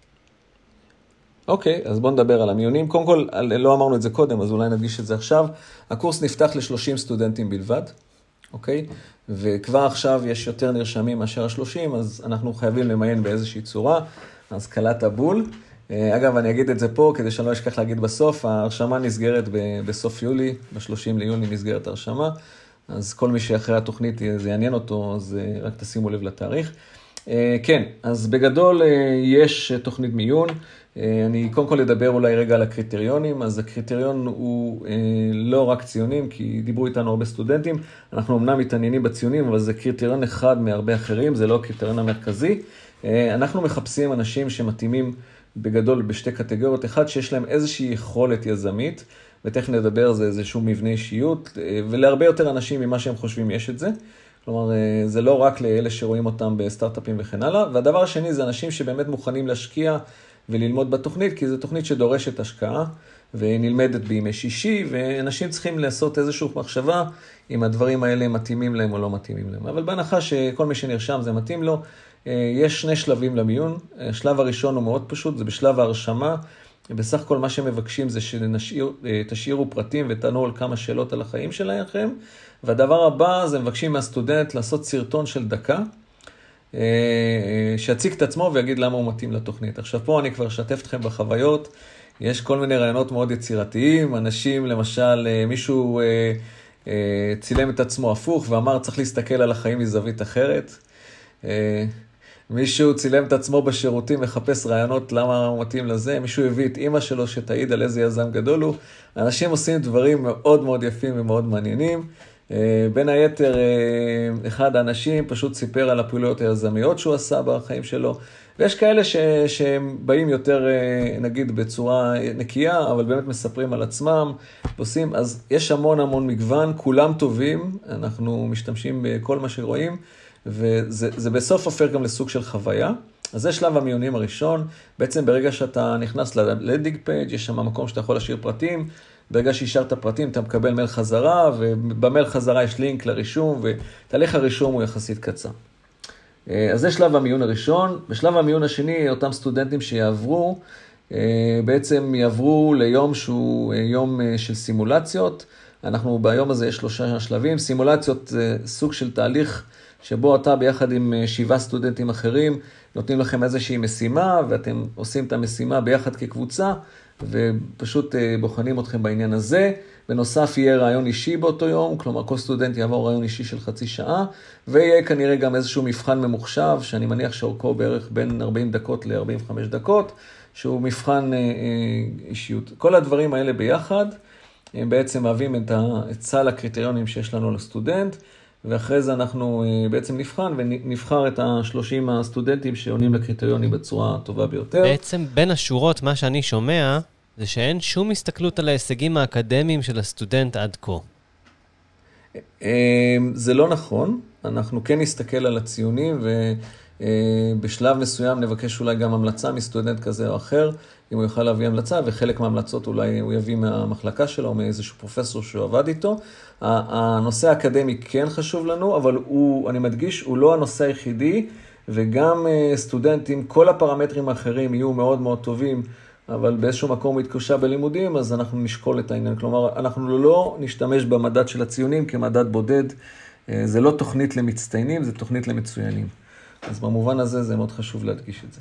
אוקיי, אז בואו נדבר על המיונים. קודם כל, לא אמרנו את זה קודם, אז אולי נדגיש את זה עכשיו. הקורס נפתח ל-שלושים סטודנטים בלבד, אוקיי? וכבר עכשיו יש יותר נרשמים מאשר ה-שלושים, אז אנחנו חייבים למיין באיזושהי צורה, אז קלת הבול. אגב, אני אגיד את זה פה, כדי שאני לא אשכח להגיד בסוף, ההרשמה נסגרת בסוף יולי, ב-שלושים ליוני נסגרת ההרשמה, אז כל מי שאחרי התוכנית זה יעניין אותו, אז רק תשימו לב לתאריך. כן, אז בגדול יש תוכנית מיון, אני קודם כל אדבר אולי רגע על הקריטריונים, אז הקריטריון הוא לא רק ציונים, כי דיברו איתנו הרבה סטודנטים, אנחנו אמנם מתעניינים בציונים, אבל זה קריטריון אחד מהרבה אחרים, זה לא הקריטריון המרכזי. אנחנו מחפשים אנשים שמתאימים בגדול בשתי קטגוריות, אחד שיש להם איזושהי יכולת יזמית, ותכף נדבר זה איזשהו מבנה אישיות, ולהרבה יותר אנשים ממה שהם חושבים יש את זה. כלומר, זה לא רק לאלה שרואים אותם בסטארט-אפים וכן הלאה. והדבר השני זה אנשים שבאמת מוכנים להשקיע וללמוד בתוכנית, כי זו תוכנית שדורשת השקעה, ונלמדת בימי שישי, ואנשים צריכים לעשות איזושהי מחשבה אם הדברים האלה מתאימים להם או לא מתאימים להם. אבל בהנחה שכל מי שנרשם זה מתאים לו, יש שני שלבים למיון. השלב הראשון הוא מאוד פשוט, זה בשלב ההרשמה. בסך הכל מה שמבקשים זה שתשאירו פרטים ותענו על כמה שאלות על החיים שלכם. והדבר הבא זה מבקשים מהסטודנט לעשות סרטון של דקה, שיציג את עצמו ויגיד למה הוא מתאים לתוכנית. עכשיו פה אני כבר אשתף אתכם בחוויות. יש כל מיני רעיונות מאוד יצירתיים. אנשים, למשל, מישהו צילם את עצמו הפוך ואמר צריך להסתכל על החיים מזווית אחרת. מישהו צילם את עצמו בשירותים, מחפש רעיונות למה הוא מתאים לזה, מישהו הביא את אמא שלו שתעיד על איזה יזם גדול הוא. אנשים עושים דברים מאוד מאוד יפים ומאוד מעניינים. בין היתר, אחד האנשים פשוט סיפר על הפעילויות היזמיות שהוא עשה בחיים שלו, ויש כאלה ש... שהם באים יותר, נגיד, בצורה נקייה, אבל באמת מספרים על עצמם, עושים, אז יש המון המון מגוון, כולם טובים, אנחנו משתמשים בכל מה שרואים, וזה זה בסוף הופך גם לסוג של חוויה. אז זה שלב המיונים הראשון. בעצם ברגע שאתה נכנס ללנדינג פייג' יש שם מקום שאתה יכול להשאיר פרטים, ברגע שהשארת פרטים אתה מקבל מייל חזרה, ובמייל חזרה יש לינק לרישום, ותהליך הרישום הוא יחסית קצר. אז זה שלב המיון הראשון. בשלב המיון השני, אותם סטודנטים שיעברו, בעצם יעברו ליום שהוא יום של סימולציות. אנחנו ביום הזה יש שלושה שלבים. סימולציות זה סוג של תהליך שבו אתה ביחד עם שבעה סטודנטים אחרים נותנים לכם איזושהי משימה, ואתם עושים את המשימה ביחד כקבוצה, ופשוט בוחנים אתכם בעניין הזה. בנוסף יהיה רעיון אישי באותו יום, כלומר כל סטודנט יעבור רעיון אישי של חצי שעה, ויהיה כנראה גם איזשהו מבחן ממוחשב, שאני מניח שאורכו בערך בין ארבעים דקות ל-ארבעים וחמש דקות, שהוא מבחן אה, אישיות. כל הדברים האלה ביחד, הם בעצם מהווים את, ה, את סל הקריטריונים שיש לנו לסטודנט, ואחרי זה אנחנו אה, בעצם נבחן ונבחר את ה-שלושים הסטודנטים שעונים לקריטריונים בצורה הטובה ביותר. בעצם בין השורות, מה שאני שומע, זה שאין שום הסתכלות על ההישגים האקדמיים של הסטודנט עד כה. זה לא נכון, אנחנו כן נסתכל על הציונים, ובשלב מסוים נבקש אולי גם המלצה מסטודנט כזה או אחר, אם הוא יוכל להביא המלצה, וחלק מההמלצות אולי הוא יביא מהמחלקה שלו, או מאיזשהו פרופסור שהוא עבד איתו. הנושא האקדמי כן חשוב לנו, אבל הוא, אני מדגיש, הוא לא הנושא היחידי, וגם סטודנטים, כל הפרמטרים האחרים יהיו מאוד מאוד טובים, אבל באיזשהו מקום התקשה בלימודים, אז אנחנו נשקול את העניין. כלומר, אנחנו לא נשתמש במדד של הציונים כמדד בודד. זה לא תוכנית למצטיינים, זה תוכנית למצוינים. אז במובן הזה זה מאוד חשוב להדגיש את זה.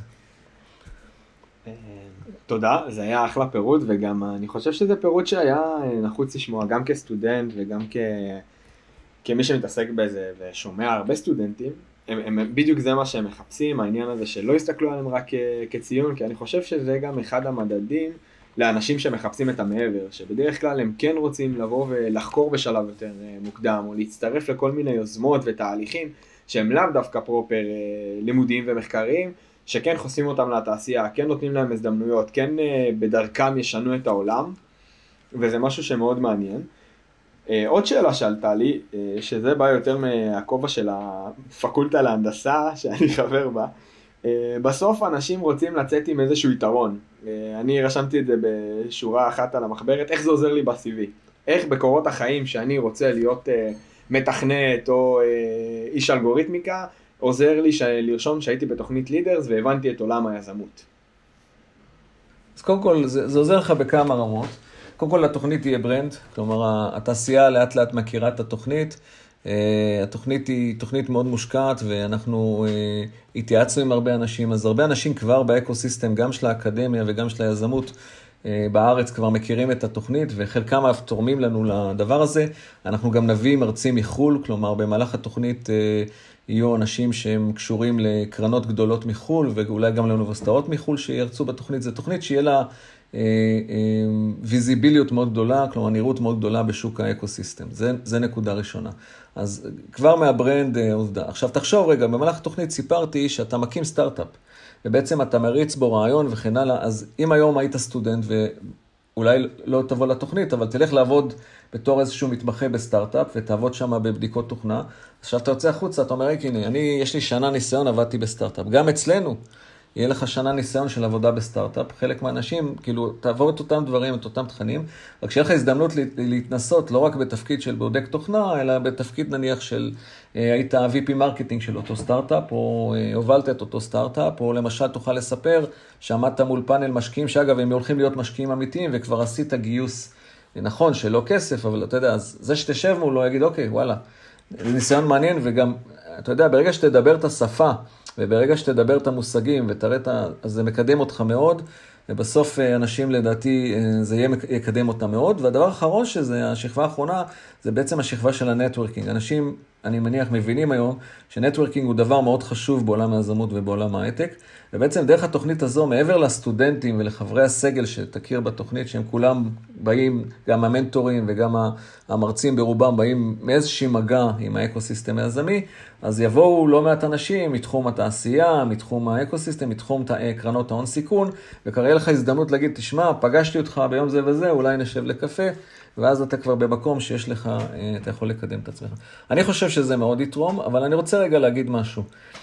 תודה, זה היה אחלה פירוט, וגם אני חושב שזה פירוט שהיה נחוץ לשמוע, גם כסטודנט וגם כ... כמי שמתעסק בזה ושומע הרבה סטודנטים. הם, הם, בדיוק זה מה שהם מחפשים, העניין הזה שלא יסתכלו עליהם רק כציון, כי אני חושב שזה גם אחד המדדים לאנשים שמחפשים את המעבר, שבדרך כלל הם כן רוצים לבוא ולחקור בשלב יותר מוקדם, או להצטרף לכל מיני יוזמות ותהליכים, שהם לאו דווקא פרופר לימודיים ומחקריים, שכן חושפים אותם לתעשייה, כן נותנים להם הזדמנויות, כן בדרכם ישנו את העולם, וזה משהו שמאוד מעניין. עוד שאלה שעלתה לי, שזה בא יותר מהכובע של הפקולטה להנדסה שאני חבר בה, בסוף אנשים רוצים לצאת עם איזשהו יתרון. אני רשמתי את זה בשורה אחת על המחברת, איך זה עוזר לי ב-סי וי? איך בקורות החיים שאני רוצה להיות מתכנת או איש אלגוריתמיקה, עוזר לי לרשום שהייתי בתוכנית לידרס והבנתי את עולם היזמות. אז קודם כל, זה, זה עוזר לך בכמה רמות. קודם כל, התוכנית תהיה ברנד, כלומר, התעשייה לאט לאט מכירה את התוכנית. התוכנית היא תוכנית מאוד מושקעת, ואנחנו התייעצנו עם הרבה אנשים, אז הרבה אנשים כבר באקוסיסטם, גם של האקדמיה וגם של היזמות, בארץ כבר מכירים את התוכנית, וחלקם אף תורמים לנו לדבר הזה. אנחנו גם נביא מרצים מחול, כלומר, במהלך התוכנית יהיו אנשים שהם קשורים לקרנות גדולות מחול, ואולי גם לאוניברסיטאות מחול שירצו בתוכנית. זו תוכנית שיהיה לה ויזיביליות מאוד גדולה, כלומר נראות מאוד גדולה בשוק האקוסיסטם. זה, זה נקודה ראשונה. אז כבר מהברנד עובדה. עכשיו תחשוב רגע, במהלך התוכנית סיפרתי שאתה מקים סטארט-אפ, ובעצם אתה מריץ בו רעיון וכן הלאה, אז אם היום היית סטודנט ואולי לא תבוא לתוכנית, אבל תלך לעבוד בתור איזשהו מתמחה בסטארט-אפ, ותעבוד שם בבדיקות תוכנה, עכשיו אתה יוצא החוצה, אתה אומר, הנה, אני, יש לי שנה ניסיון, עבדתי בסטארט-אפ. גם אצלנו, יהיה לך שנה ניסיון של עבודה בסטארט-אפ, חלק מהאנשים, כאילו, תעבור את אותם דברים, את אותם תכנים, רק שיהיה לך הזדמנות להתנסות, לא רק בתפקיד של בודק תוכנה, אלא בתפקיד נניח של, היית ה-וי פי מרקטינג של אותו סטארט-אפ, או הובלת את אותו סטארט-אפ, או למשל תוכל לספר שעמדת מול פאנל משקיעים, שאגב, הם הולכים להיות משקיעים אמיתיים, וכבר עשית גיוס, נכון, שלא כסף, אבל אתה יודע, אז זה שתשב מולו, יגיד, אוקיי, וואלה, ניסיון מעניין, וגם, אתה יודע, ברגע שתדבר את השפה, וברגע שתדבר את המושגים ותראה את ה... אז זה מקדם אותך מאוד, ובסוף אנשים לדעתי זה יהיה יקדם אותם מאוד. והדבר האחרון שזה, השכבה האחרונה, זה בעצם השכבה של הנטוורקינג. אנשים, אני מניח, מבינים היום שנטוורקינג הוא דבר מאוד חשוב בעולם היזמות ובעולם ההייטק, ובעצם דרך התוכנית הזו, מעבר לסטודנטים ולחברי הסגל שתכיר בתוכנית, שהם כולם באים, גם המנטורים וגם המרצים ברובם באים מאיזושהי מגע עם האקוסיסטם היזמי, אז יבואו לא מעט אנשים מתחום התעשייה, מתחום האקוסיסטם, מתחום קרנות ההון סיכון, וכבר לך הזדמנות להגיד, תשמע, פגשתי אותך ביום זה וזה, אולי נשב לקפה, ואז אתה כבר במקום שיש לך, אתה יכול לקדם את עצמך. אני חושב שזה מאוד יתרום, אבל אני רוצה רגע להגיד משהו.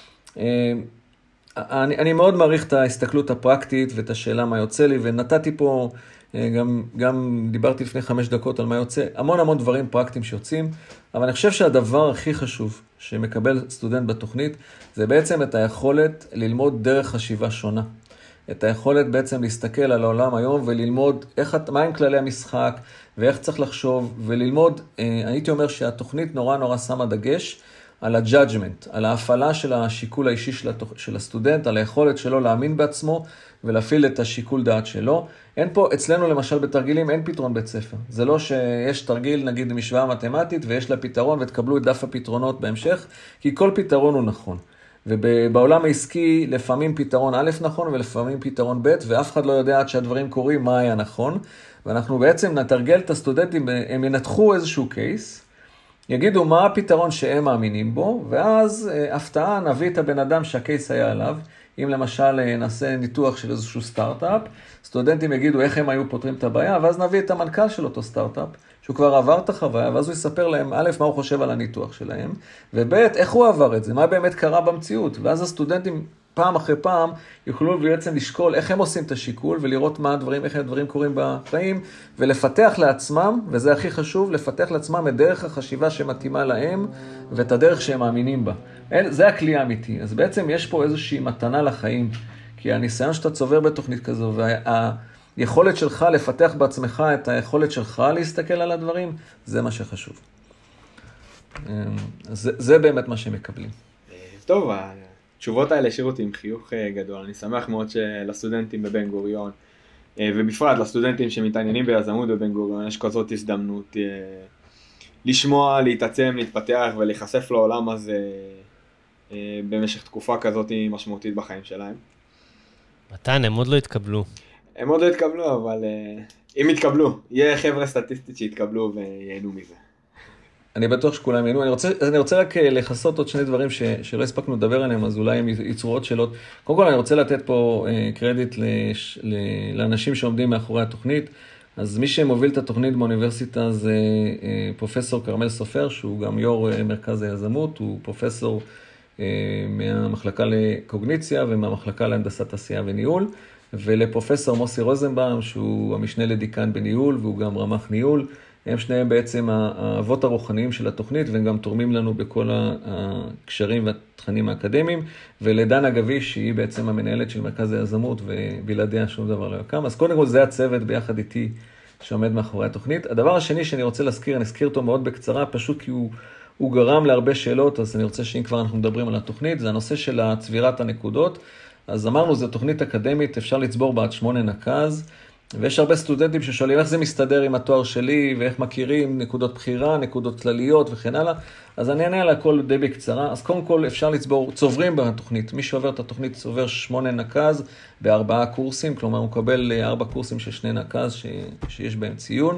אני, אני מאוד מעריך את ההסתכלות הפרקטית ואת השאלה מה יוצא לי, ונתתי פה, גם, גם דיברתי לפני חמש דקות על מה יוצא, המון המון דברים פרקטיים שיוצאים, אבל אני חושב שהדבר הכי חשוב שמקבל סטודנט בתוכנית, זה בעצם את היכולת ללמוד דרך חשיבה שונה. את היכולת בעצם להסתכל על העולם היום וללמוד איך, מה הם כללי המשחק ואיך צריך לחשוב וללמוד. הייתי אומר שהתוכנית נורא נורא שמה דגש על ה-judgment, על ההפעלה של השיקול האישי של, התוכ... של הסטודנט, על היכולת שלו להאמין בעצמו ולהפעיל את השיקול דעת שלו. אין פה, אצלנו למשל בתרגילים אין פתרון בית ספר. זה לא שיש תרגיל נגיד משוואה מתמטית ויש לה פתרון ותקבלו את דף הפתרונות בהמשך, כי כל פתרון הוא נכון. ובעולם העסקי לפעמים פתרון א' נכון ולפעמים פתרון ב', ואף אחד לא יודע עד שהדברים קורים מה היה נכון. ואנחנו בעצם נתרגל את הסטודנטים, הם ינתחו איזשהו קייס, יגידו מה הפתרון שהם מאמינים בו, ואז הפתעה נביא את הבן אדם שהקייס היה עליו. אם למשל נעשה ניתוח של איזשהו סטארט-אפ, סטודנטים יגידו איך הם היו פותרים את הבעיה, ואז נביא את המנכ"ל של אותו סטארט-אפ, שהוא כבר עבר את החוויה, ואז הוא יספר להם, א', מה הוא חושב על הניתוח שלהם, וב', איך הוא עבר את זה, מה באמת קרה במציאות, ואז הסטודנטים פעם אחרי פעם יוכלו בעצם לשקול איך הם עושים את השיקול, ולראות מה הדברים, איך הדברים קורים בחיים, ולפתח לעצמם, וזה הכי חשוב, לפתח לעצמם את דרך החשיבה שמתאימה להם, ואת הדרך שהם מאמינים בה. זה הכלי האמיתי. אז בעצם יש פה איזושהי מתנה לחיים, כי הניסיון שאתה צובר בתוכנית כזו, והיכולת שלך לפתח בעצמך את היכולת שלך להסתכל על הדברים, זה מה שחשוב. זה, זה באמת מה שהם מקבלים. טוב, התשובות האלה השאירו אותי עם חיוך גדול. אני שמח מאוד שלסטודנטים בבן גוריון, ובפרט לסטודנטים שמתעניינים ביזמות בבן גוריון, יש כזאת הזדמנות לשמוע, להתעצם, להתפתח ולהיחשף לעולם הזה במשך תקופה כזאת משמעותית בחיים שלהם. מתן, הם עוד לא התקבלו. הם עוד לא התקבלו, אבל אם יתקבלו, יהיה חבר'ה סטטיסטית שיתקבלו וייהנו מזה. אני בטוח שכולם ייהנו. אני רוצה, אני רוצה רק לחסות עוד שני דברים ש, שלא הספקנו לדבר עליהם, אז אולי הם ייצרו עוד שאלות. קודם כל, אני רוצה לתת פה קרדיט לש, לאנשים שעומדים מאחורי התוכנית. אז מי שמוביל את התוכנית באוניברסיטה זה פרופסור קרמל סופר, שהוא גם יו"ר מרכז היזמות, הוא פרופסור מהמחלקה לקוגניציה ומהמחלקה להנדסת עשייה וניהול, ולפרופסור מוסי רוזנבאום, שהוא המשנה לדיקן בניהול, והוא גם רמ"ח ניהול. הם שניהם בעצם האבות הרוחניים של התוכנית, והם גם תורמים לנו בכל הקשרים והתכנים האקדמיים, ולדנה גביש, שהיא בעצם המנהלת של מרכז היזמות, ובלעדיה שום דבר לא יקם. אז קודם כל זה הצוות ביחד איתי שעומד מאחורי התוכנית. הדבר השני שאני רוצה להזכיר, אני אזכיר אותו מאוד בקצרה, פשוט כי הוא, הוא גרם להרבה שאלות, אז אני רוצה שאם כבר אנחנו מדברים על התוכנית, זה הנושא של צבירת הנקודות. אז אמרנו, זו תוכנית אקדמית, אפשר לצבור בה עד שמונה נקז, ויש הרבה סטודנטים ששואלים איך זה מסתדר עם התואר שלי, ואיך מכירים נקודות בחירה, נקודות כלליות וכן הלאה. אז אני אענה על הכל די בקצרה. אז קודם כל אפשר לצבור, צוברים בתוכנית. מי שעובר את התוכנית צובר שמונה נקז בארבעה קורסים, כלומר הוא מקבל ארבע קורסים של שני נקז ש... שיש בהם ציון.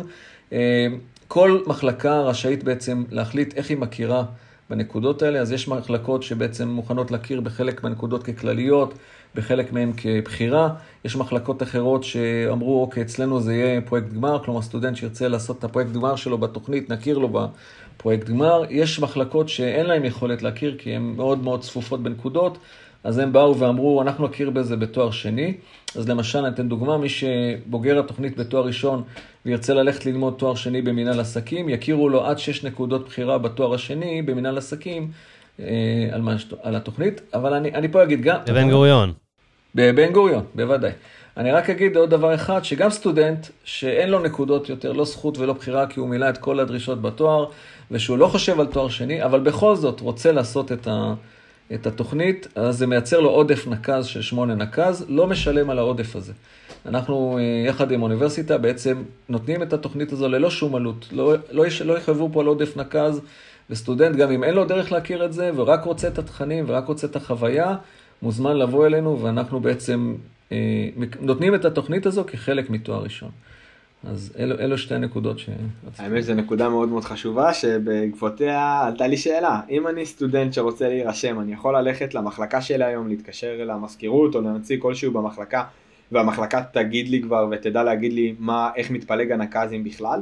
כל מחלקה רשאית בעצם להחליט איך היא מכירה בנקודות האלה. אז יש מחלקות שבעצם מוכנות להכיר בחלק מהנקודות ככלליות, בחלק מהם כבחירה. יש מחלקות אחרות שאמרו, אוקיי, אצלנו זה יהיה פרויקט גמר, כלומר סטודנט שירצה לעשות את הפרויקט גמר שלו בתוכנית, נכיר לו בפרויקט גמר. יש מחלקות שאין להם יכולת להכיר, כי הן מאוד מאוד צפופות בנקודות, אז הם באו ואמרו, אנחנו נכיר בזה בתואר שני. אז למשל, נתן דוגמה, מי שבוגר התוכנית בתואר ראשון וירצה ללכת ללמוד תואר שני במנהל עסקים, יכירו לו עד שש נקודות בחירה בתואר השני במנהל עסקים על, מה, על התוכנית. אבל אני, אני פה אגיד גם... בבן גוריון. בבן גוריון, בוודאי. אני רק אגיד עוד דבר אחד, שגם סטודנט שאין לו נקודות יותר, לא זכות ולא בחירה, כי הוא מילא את כל הדרישות בתואר, ושהוא לא חושב על תואר שני, אבל בכל זאת רוצה לעשות את, ה, את התוכנית, אז זה מייצר לו עודף נקז של שמונה נקז, לא משלם על העודף הזה. אנחנו יחד עם אוניברסיטה בעצם נותנים את התוכנית הזו ללא שום עלות, לא, לא, לא יחייבו פה על עודף נקז, וסטודנט גם אם אין לו דרך להכיר את זה, ורק רוצה את התכנים ורק רוצה את החוויה, מוזמן לבוא אלינו, ואנחנו בעצם אה, נותנים את התוכנית הזו כחלק מתואר ראשון. אז אלו, אלו שתי הנקודות ש... האמת זו נקודה מאוד מאוד חשובה, שבעקבותיה עלתה לי שאלה. אם אני סטודנט שרוצה להירשם, אני יכול ללכת למחלקה שלי היום, להתקשר למזכירות או לנציג כלשהו במחלקה, והמחלקה תגיד לי כבר ותדע להגיד לי מה, איך מתפלג הנקזים בכלל?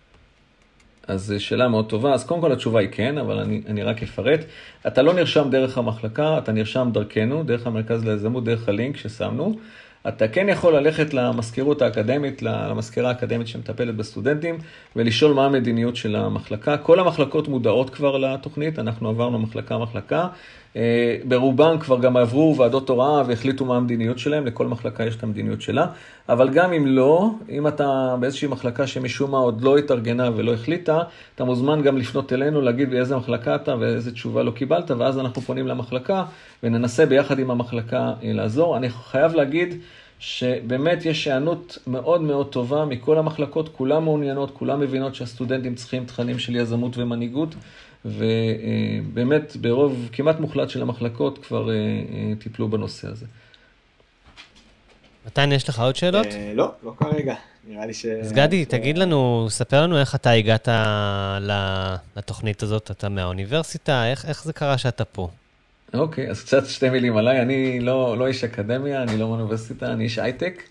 אז שאלה מאוד טובה. אז קודם כל התשובה היא כן, אבל אני, אני רק אפרט. אתה לא נרשם דרך המחלקה, אתה נרשם דרכנו, דרך המרכז ליזמות, דרך הלינק ששמנו. אתה כן יכול ללכת למזכירות האקדמית, למזכירה האקדמית שמטפלת בסטודנטים, ולשאול מה המדיניות של המחלקה. כל המחלקות מודעות כבר לתוכנית, אנחנו עברנו מחלקה-מחלקה, ברובם כבר גם עברו ועדות הוראה והחליטו מה המדיניות שלהם, לכל מחלקה יש את המדיניות שלה, אבל גם אם לא, אם אתה באיזושהי מחלקה שמשום מה עוד לא התארגנה ולא החליטה, אתה מוזמן גם לפנות אלינו, להגיד באיזה מחלקה אתה ואיזה תשובה לא קיבלת, ואז אנחנו פונים למחלקה וננסה ביחד עם המחלקה לעזור. אני חייב להגיד שבאמת יש הענות מאוד מאוד טובה מכל המחלקות, כולם מעוניינות, כולם מבינות שהסטודנטים צריכים תכנים של יזמות ומנהיגות, ובאמת ברוב כמעט מוחלט של המחלקות כבר טיפלו בנושא הזה. מתן, יש לך עוד שאלות? לא, לא כרגע. נראה לי ש... אז גדי, תגיד לנו, ספר לנו איך אתה הגעת לתוכנית הזאת, אתה מהאוניברסיטה, איך זה קרה שאתה פה? אוקיי, אז קצת שתי מילים עליי, אני לא, לא איש אקדמיה, אני לא מאוניברסיטה, אני איש הייטק.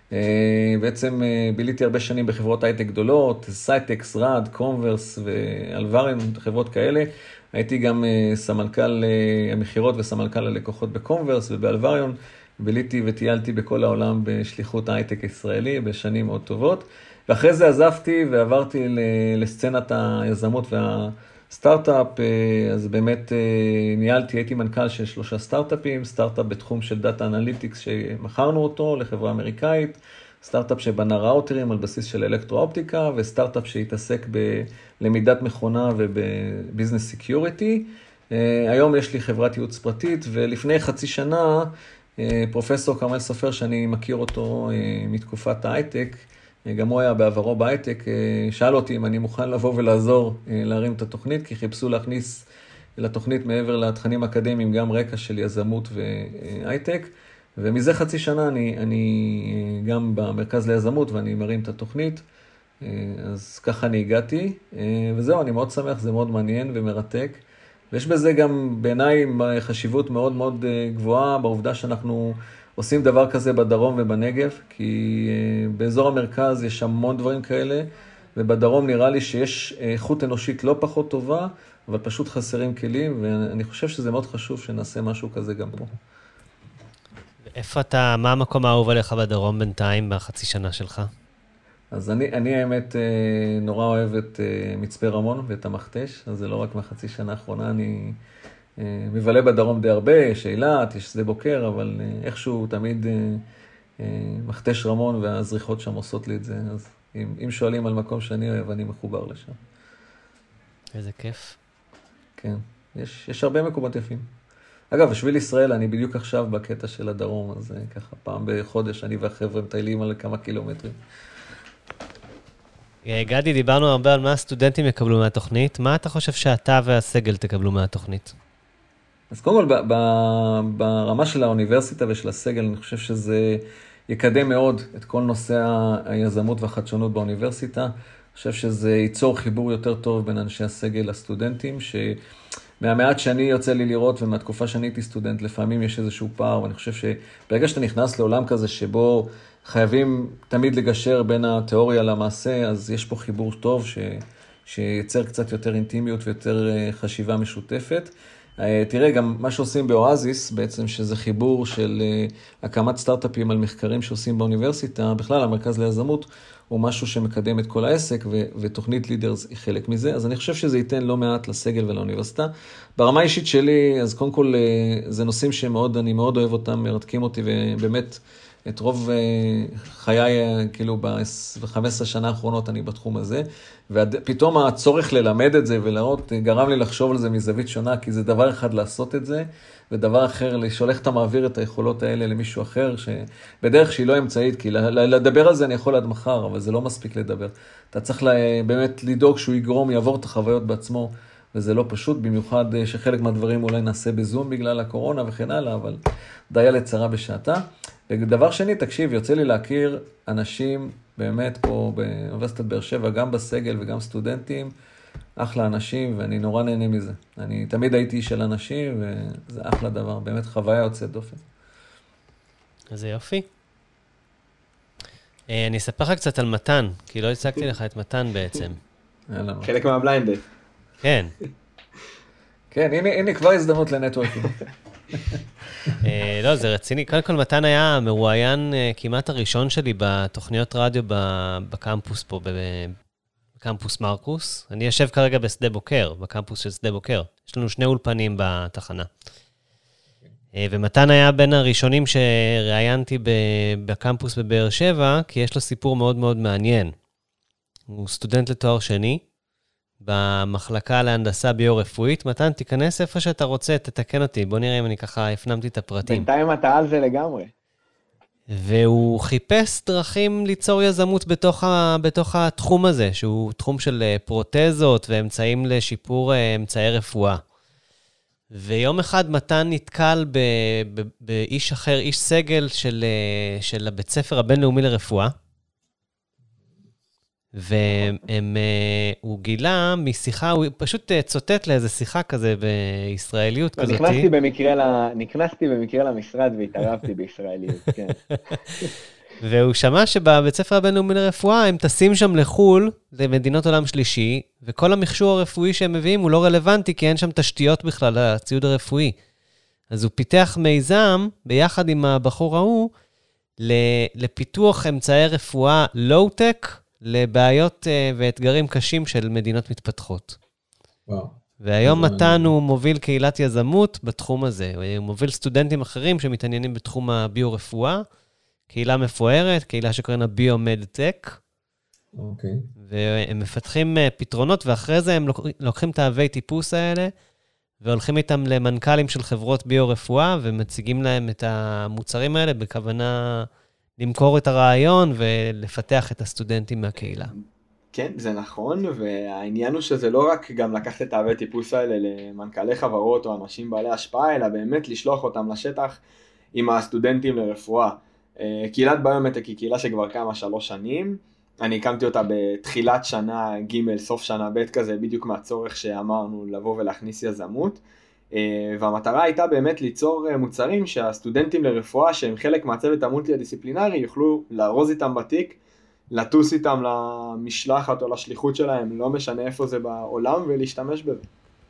בעצם ביליתי הרבה שנים בחברות הייטק גדולות, סייטקס, רד, קומברס ואלווריון, חברות כאלה. הייתי גם סמנכ"ל המחירות וסמנכ"ל הלקוחות בקומברס ובאלווריון. ביליתי וטיילתי בכל העולם בשליחות הייטק ישראלי בשנים מאוד טובות. ואחרי זה עזבתי ועברתי לסצנת היזמות וה... סטארט-אפ, אז באמת ניהלתי, הייתי מנכ"ל של שלושה סטארט-אפים, סטארט-אפ בתחום של דאטה אנליטיקס שמכרנו אותו לחברה אמריקאית, סטארט-אפ שבנה ראוטרים על בסיס של אלקטרו-אופטיקה, וסטארט-אפ שהתעסק בלמידת מכונה ובביזנס סקיוריטי. היום יש לי חברת ייעוץ פרטית, ולפני חצי שנה פרופסור כרמל סופר, שאני מכיר אותו מתקופת ההייטק, גם הוא היה בעברו בהייטק, שאל אותי אם אני מוכן לבוא ולעזור להרים את התוכנית, כי חיפשו להכניס לתוכנית מעבר לתכנים אקדמיים גם רקע של יזמות והייטק, ומזה חצי שנה אני, אני גם במרכז ליזמות ואני מרים את התוכנית, אז ככה אני הגעתי, וזהו, אני מאוד שמח, זה מאוד מעניין ומרתק, ויש בזה גם בעיניי חשיבות מאוד מאוד גבוהה, בעובדה שאנחנו עושים דבר כזה בדרום ובנגב, כי באזור המרכז יש המון דברים כאלה, ובדרום נראה לי שיש איכות אנושית לא פחות טובה, אבל פשוט חסרים כלים, ואני חושב שזה מאוד חשוב שנעשה משהו כזה גם פה. איפה אתה, מה המקום האהוב עליך בדרום בינתיים, בחצי שנה שלך? אז אני, אני האמת נורא אוהב את מצפה רמון ואת המכתש, אז זה לא רק מהחצי שנה האחרונה, אני מבלה בדרום די הרבה, יש אילת, יש שדה בוקר, אבל איכשהו תמיד מכתש רמון והזריחות שם עושות לי את זה, אז אם, אם שואלים על מקום שאני אוהב, אני מחובר לשם. איזה כיף. כן, יש, יש הרבה מקומות יפים. אגב, בשביל ישראל, אני בדיוק עכשיו בקטע של הדרום, אז ככה פעם בחודש אני והחבר'ה מטיילים על כמה קילומטרים. גדי, דיברנו הרבה על מה הסטודנטים יקבלו מהתוכנית. מה אתה חושב שאתה והסגל תקבלו מהתוכנית? אז קודם כל, ברמה של האוניברסיטה ושל הסגל, אני חושב שזה יקדם מאוד את כל נושא היזמות והחדשנות באוניברסיטה. אני חושב שזה ייצור חיבור יותר טוב בין אנשי הסגל לסטודנטים, שמהמעט שאני יוצא לי לראות ומהתקופה שאני הייתי סטודנט, לפעמים יש איזשהו פער, ואני חושב שברגע שאתה נכנס לעולם כזה שבו חייבים תמיד לגשר בין התיאוריה למעשה, אז יש פה חיבור טוב ש... שייצר קצת יותר אינטימיות ויותר חשיבה משותפת. תראה, גם מה שעושים באואזיס, בעצם שזה חיבור של הקמת סטארט-אפים על מחקרים שעושים באוניברסיטה, בכלל המרכז ליזמות, הוא משהו שמקדם את כל העסק, ו- ותוכנית לידרס היא חלק מזה, אז אני חושב שזה ייתן לא מעט לסגל ולאוניברסיטה. ברמה האישית שלי, אז קודם כל, זה נושאים שמאוד, אני מאוד אוהב אותם, מרתקים אותי, ובאמת, את רוב חיי, כאילו, ב-חמש עשרה שנה האחרונות אני בתחום הזה, ופתאום הצורך ללמד את זה ולראות, גרם לי לחשוב על זה מזווית שונה, כי זה דבר אחד לעשות את זה, ודבר אחר, לשולח אתה מעביר את היכולות האלה למישהו אחר, שבדרך שהיא לא אמצעית, כי לדבר על זה אני יכול עד מחר, אבל זה לא מספיק לדבר. אתה צריך באמת לדאוג שהוא יגרום, יעבור את החוויות בעצמו, וזה לא פשוט, במיוחד שחלק מהדברים אולי נעשה בזום בגלל הקורונה וכן הלאה, אבל דיה לצרה בשעתה. ודבר שני, תקשיב, יוצא לי להכיר אנשים באמת פה באוניברסיטת באר שבע, גם בסגל וגם סטודנטים, אחלה אנשים, ואני נורא נהנה מזה. אני תמיד הייתי איש של אנשים, וזה אחלה דבר, באמת חוויה יוצאת דופן. אז זה יופי. אני אספר לך קצת על מתן, כי לא הצגתי לך את מתן בעצם. חלק מהבליינד. כן. כן, הנה, הנה כבר הזדמנות לנטוורקינג. לא, זה רציני. קודם כל, מתן היה מרואיין כמעט הראשון שלי בתוכניות רדיו בקמפוס פה, בקמפוס מרקוס. אני יושב כרגע בשדה בוקר, בקמפוס של שדה בוקר. יש לנו שני אולפנים בתחנה. ומתן היה בין הראשונים שראיינתי בקמפוס בבאר שבע, כי יש לו סיפור מאוד מאוד מעניין. הוא סטודנט לתואר שני, במחלקה להנדסה ביו-רפואית. מתן, תיכנס איפה שאתה רוצה, תתקן אותי. בוא נראה אם אני ככה הפנמתי את הפרטים. בינתיים אתה על זה לגמרי. והוא חיפש דרכים ליצור יזמות בתוך, ה, בתוך התחום הזה, שהוא תחום של פרוטזות ואמצעים לשיפור אמצעי רפואה. ויום אחד מתן נתקל ב, ב, באיש אחר, איש סגל של, של הבית ספר הבינלאומי לרפואה, והוא גילה משיחה, הוא פשוט צוטט לאיזה שיחה כזה בישראליות כזאת. נכנסתי במקרה, נכנסתי במקרה למשרד והתערבתי בישראליות, כן. והוא שמע שבבית ספר הבינלאומי לרפואה הם טסים שם לחול, למדינות עולם שלישי, וכל המכשור הרפואי שהם מביאים הוא לא רלוונטי, כי אין שם תשתיות בכלל לציוד הרפואי. אז הוא פיתח מיזם, ביחד עם הבחור ההוא, לפיתוח אמצעי רפואה לואו-טק, לבעיות ואתגרים קשים של מדינות מתפתחות. וואו. והיום מתן הוא מוביל קהילת יזמות בתחום הזה. הוא מוביל סטודנטים אחרים שמתעניינים בתחום הביו-רפואה, קהילה מפוארת, קהילה שקוראים לה ביו-מד-טק. אוקיי. והם מפתחים פתרונות, ואחרי זה הם לוקחים את האבי טיפוס האלה, והולכים איתם למנכ"לים של חברות ביו-רפואה, ומציגים להם את המוצרים האלה בכוונה למכור את הרעיון ולפתח את הסטודנטים מהקהילה. כן, זה נכון, והעניין הוא שזה לא רק גם לקחת את האבי טיפוס האלה למנכ"לי חברות או אנשים בעלי השפעה, אלא באמת לשלוח אותם לשטח עם הסטודנטים לרפואה. קהילת ביומטק היא קהילה שכבר קמה שלוש שנים, אני הקמתי אותה בתחילת שנה ג' סוף שנה ב' כזה, בדיוק מהצורך שאמרנו לבוא ולהכניס יזמות, והמטרה הייתה באמת ליצור מוצרים שהסטודנטים לרפואה שהם חלק מהצוות המולטי-דיסציפלינרי יוכלו לארוז איתם בתיק, לטוס איתם למשלחת או לשליחות שלהם, לא משנה איפה זה בעולם, ולהשתמש בזה.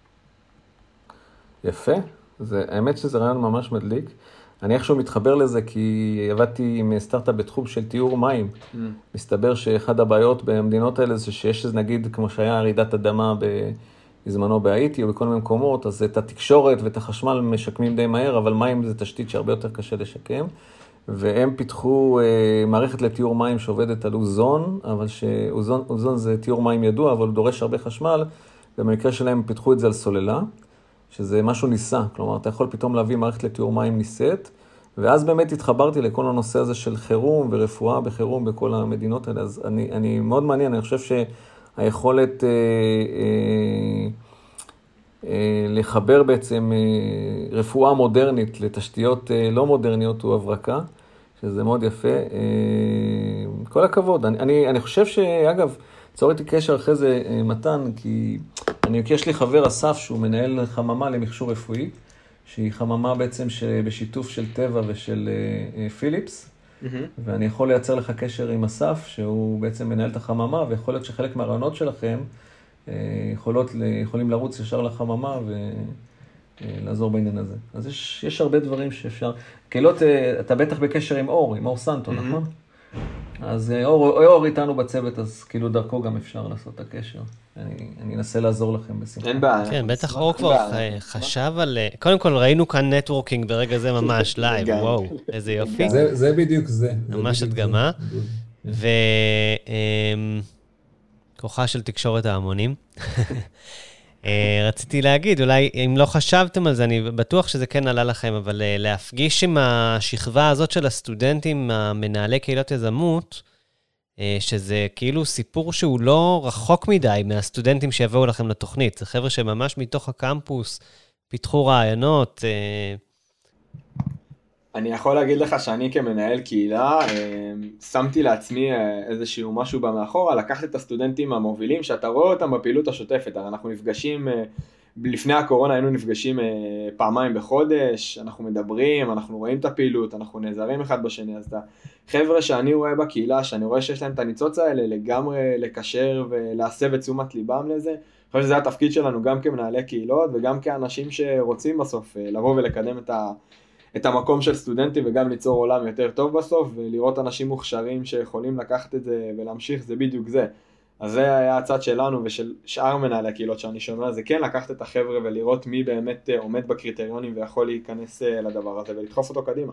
יפה, זה, האמת שזה רעיון ממש מדליק. אני איכשהו מתחבר לזה כי עבדתי עם סטארט-אפ בתחום של תיאור מים. Mm. מסתבר שאחד הבעיות במדינות האלה זה שיש נגיד כמו שהיה רעידת אדמה בזמנו בהאיטי או בכל מיני מקומות, אז את התקשורת ואת החשמל משקמים די מהר, אבל מים זה תשתית שהרבה יותר קשה לשקם. והם פיתחו אה, מערכת לתיאור מים שעובדת על אוזון, אבל שאוזון אוזון זה תיאור מים ידוע, אבל הוא דורש הרבה חשמל, ובמקרה שלהם פיתחו את זה על סוללה. שזה משהו ניסה, כלומר, אתה יכול פתאום להביא מערכת לתיאור מים ניסית, ואז באמת התחברתי לכל הנושא הזה של חירום ורפואה בחירום בכל המדינות האלה, אז אני, אני מאוד מעניין, אני חושב שהיכולת אה, אה, אה, לחבר בעצם אה, רפואה מודרנית לתשתיות אה, לא מודרניות הוא הברקה, שזה מאוד יפה, אה, כל הכבוד, אני, אני, אני חושב שאגב, צור איתי קשר אחרי זה מתן, כי אני, יש לי חבר אסף שהוא מנהל חממה למכשור רפואי, שהיא חממה בעצם בשיתוף של טבע ושל פיליפס, mm-hmm. ואני יכול לייצר לך קשר עם אסף, שהוא בעצם מנהל את החממה, ויכול להיות שחלק מהרעיונות שלכם יכולות, יכולים לרוץ ישר לחממה ולעזור בעניין הזה. אז יש, יש הרבה דברים שאפשר, קהילות, אתה בטח בקשר עם אור, עם אור סנטו, mm-hmm. נכון? אז אור, אור איתנו בצוות, אז כאילו דרכו גם אפשר לעשות את הקשר. אני, אני אנסה לעזור לכם בשמחה. אין בעיה. כן, בטח אור כבר חשב על... קודם כל ראינו כאן נטוורקינג ברגע זה ממש לייב, וואו, איזה יופי. זה, זה בדיוק זה. ממש הדגמה. וכוחה של תקשורת ההמונים. רציתי להגיד, אולי אם לא חשבתם על זה, אני בטוח שזה כן עלה לכם, אבל להפגיש עם השכבה הזאת של הסטודנטים, המנהלי קהילות יזמות, שזה כאילו סיפור שהוא לא רחוק מדי מהסטודנטים שיבואו לכם לתוכנית. זה חבר'ה שממש מתוך הקמפוס פיתחו רעיונות. אני יכול להגיד לך שאני כמנהל קהילה, שמתי לעצמי איזשהו משהו במאחורה, לקחת את הסטודנטים המובילים, שאתה רואה אותם בפעילות השוטפת. אנחנו נפגשים, לפני הקורונה היינו נפגשים פעמיים בחודש, אנחנו מדברים, אנחנו רואים את הפעילות, אנחנו נעזרים אחד בשני, אז אתה חבר'ה שאני רואה בקהילה, שאני רואה שיש להם את הניצוץ האלה, לגמרי לקשר ולהסב את תשומת ליבם לזה. אני חושב שזה התפקיד שלנו גם כמנהלי קהילות, וגם כאנשים שרוצים בסוף לבוא ולקדם את ה... את המקום של סטודנטים וגם ליצור עולם יותר טוב בסוף, ולראות אנשים מוכשרים שיכולים לקחת את זה ולהמשיך, זה בדיוק זה. אז זה היה הצד שלנו ושל שאר מנהלי הקהילות שאני שומע, זה כן לקחת את החבר'ה ולראות מי באמת עומד בקריטריונים ויכול להיכנס לדבר הזה ולדחוף אותו קדימה.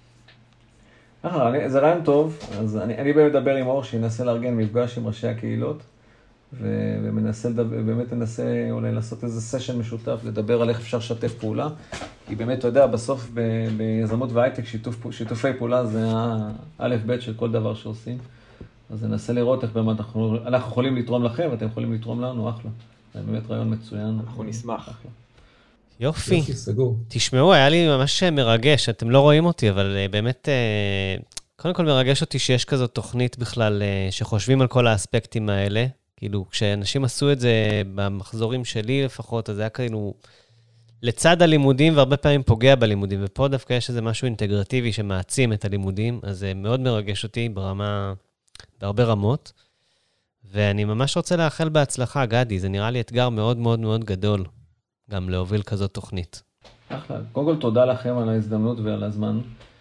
זה רעיון טוב, אז אני, אני באמת מדבר עם אור שינסה לארגן מפגש עם ראשי הקהילות, ומנסה לדבר, באמת ננסה אולי לעשות איזה סשן משותף, לדבר על איך אפשר לשתף פעולה, כי באמת, אתה יודע, בסוף ב, ביזמות והייטק, שיתוף, שיתופי פעולה זה האלף בית של כל דבר שעושים, אז ננסה לראות איך באמת אנחנו, אנחנו יכולים לתרום לכם, ואתם יכולים לתרום לנו, אחלה. זה באמת רעיון מצוין. אנחנו נשמח. אחלה. יופי. יופי, סגור. תשמעו, היה לי ממש מרגש, אתם לא רואים אותי, אבל באמת, קודם כל מרגש אותי שיש כזאת תוכנית בכלל, שחושבים על כל האספקטים האלה, כאילו, כשאנשים עשו את זה במחזורים שלי לפחות, אז זה היה כאילו לצד הלימודים, והרבה פעמים פוגע בלימודים, ופה דווקא יש איזה משהו אינטגרטיבי שמעצים את הלימודים, אז זה מאוד מרגש אותי ברמה, בהרבה רמות, ואני ממש רוצה לאחל בהצלחה, גדי, זה נראה לי אתגר מאוד מאוד מאוד גדול, גם להוביל כזאת תוכנית. אחלה. קודם כל תודה לכם על ההזדמנות ועל הזמן.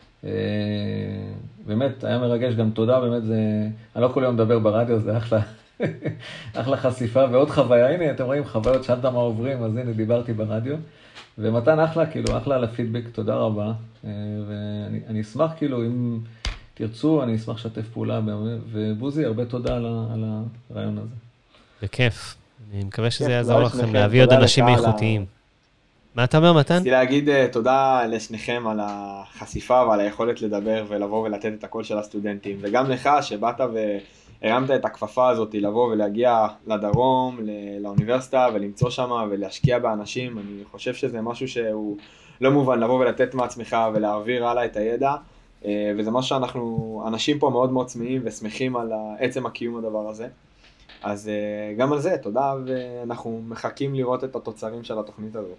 באמת, היה מרגש גם תודה, באמת זה, אני לא כל יום מדבר ברדיו, זה אחלה. אחלה חשיפה ועוד חוויה, הנה אתם רואים חוויות, שאלת מה עוברים, אז הנה דיברתי ברדיו, ומתן אחלה, כאילו אחלה על הפידבק, תודה רבה, ואני אני אשמח כאילו אם תרצו, אני אשמח לשתף פעולה, ובוזי, הרבה תודה על, על הרעיון הזה. בכיף, אני מקווה שזה יעזור לכם להביא עוד אנשים איכותיים. מה אתה אומר, מתן? רציתי להגיד תודה לשניכם על החשיפה ועל היכולת לדבר ולבוא ולתת את הקול של הסטודנטים, וגם לך שבאת ו... הרמת את הכפפה הזאת לבוא ולהגיע לדרום, לאוניברסיטה ולמצוא שם ולהשקיע באנשים. אני חושב שזה משהו שהוא לא מובן, לבוא ולתת מעצמך ולהעביר הלאה את הידע, וזה משהו שאנחנו, אנשים פה מאוד מאוד צמאים ושמחים על עצם הקיום הדבר הזה. אז גם על זה, תודה, ואנחנו מחכים לראות את התוצרים של התוכנית הזאת.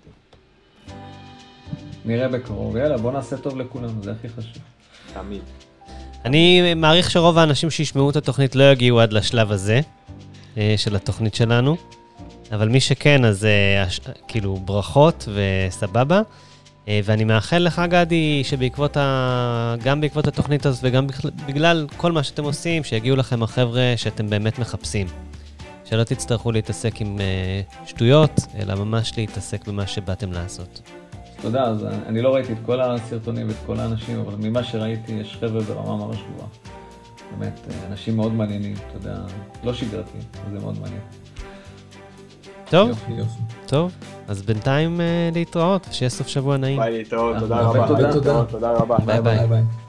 נראה בקרוב, יאללה, בוא נעשה טוב לכולם, זה הכי חשוב. תמיד. אני מעריך שרוב האנשים שישמעו את התוכנית לא יגיעו עד לשלב הזה של התוכנית שלנו, אבל מי שכן, אז כאילו ברכות וסבבה, ואני מאחל לך, גדי, שבעקבות ה... גם בעקבות התוכנית הזאת וגם בגלל כל מה שאתם עושים, שיגיעו לכם החבר'ה שאתם באמת מחפשים. שלא תצטרכו להתעסק עם שטויות, אלא ממש להתעסק במה שבאתם לעשות. תודה, אז אני לא ראיתי את כל הסרטונים ואת כל האנשים, אבל ממה שראיתי יש חבר'ה ברמה ממש גבוהה. באמת, אנשים מאוד מעניינים, אתה יודע, לא שגרתי, זה מאוד מעניין. טוב, יופי, יופי. טוב, אז בינתיים להתראות, שיהיה סוף שבוע נעים. ביי, להתראות, תודה רבה. תודה, תודה רבה. ביי ביי.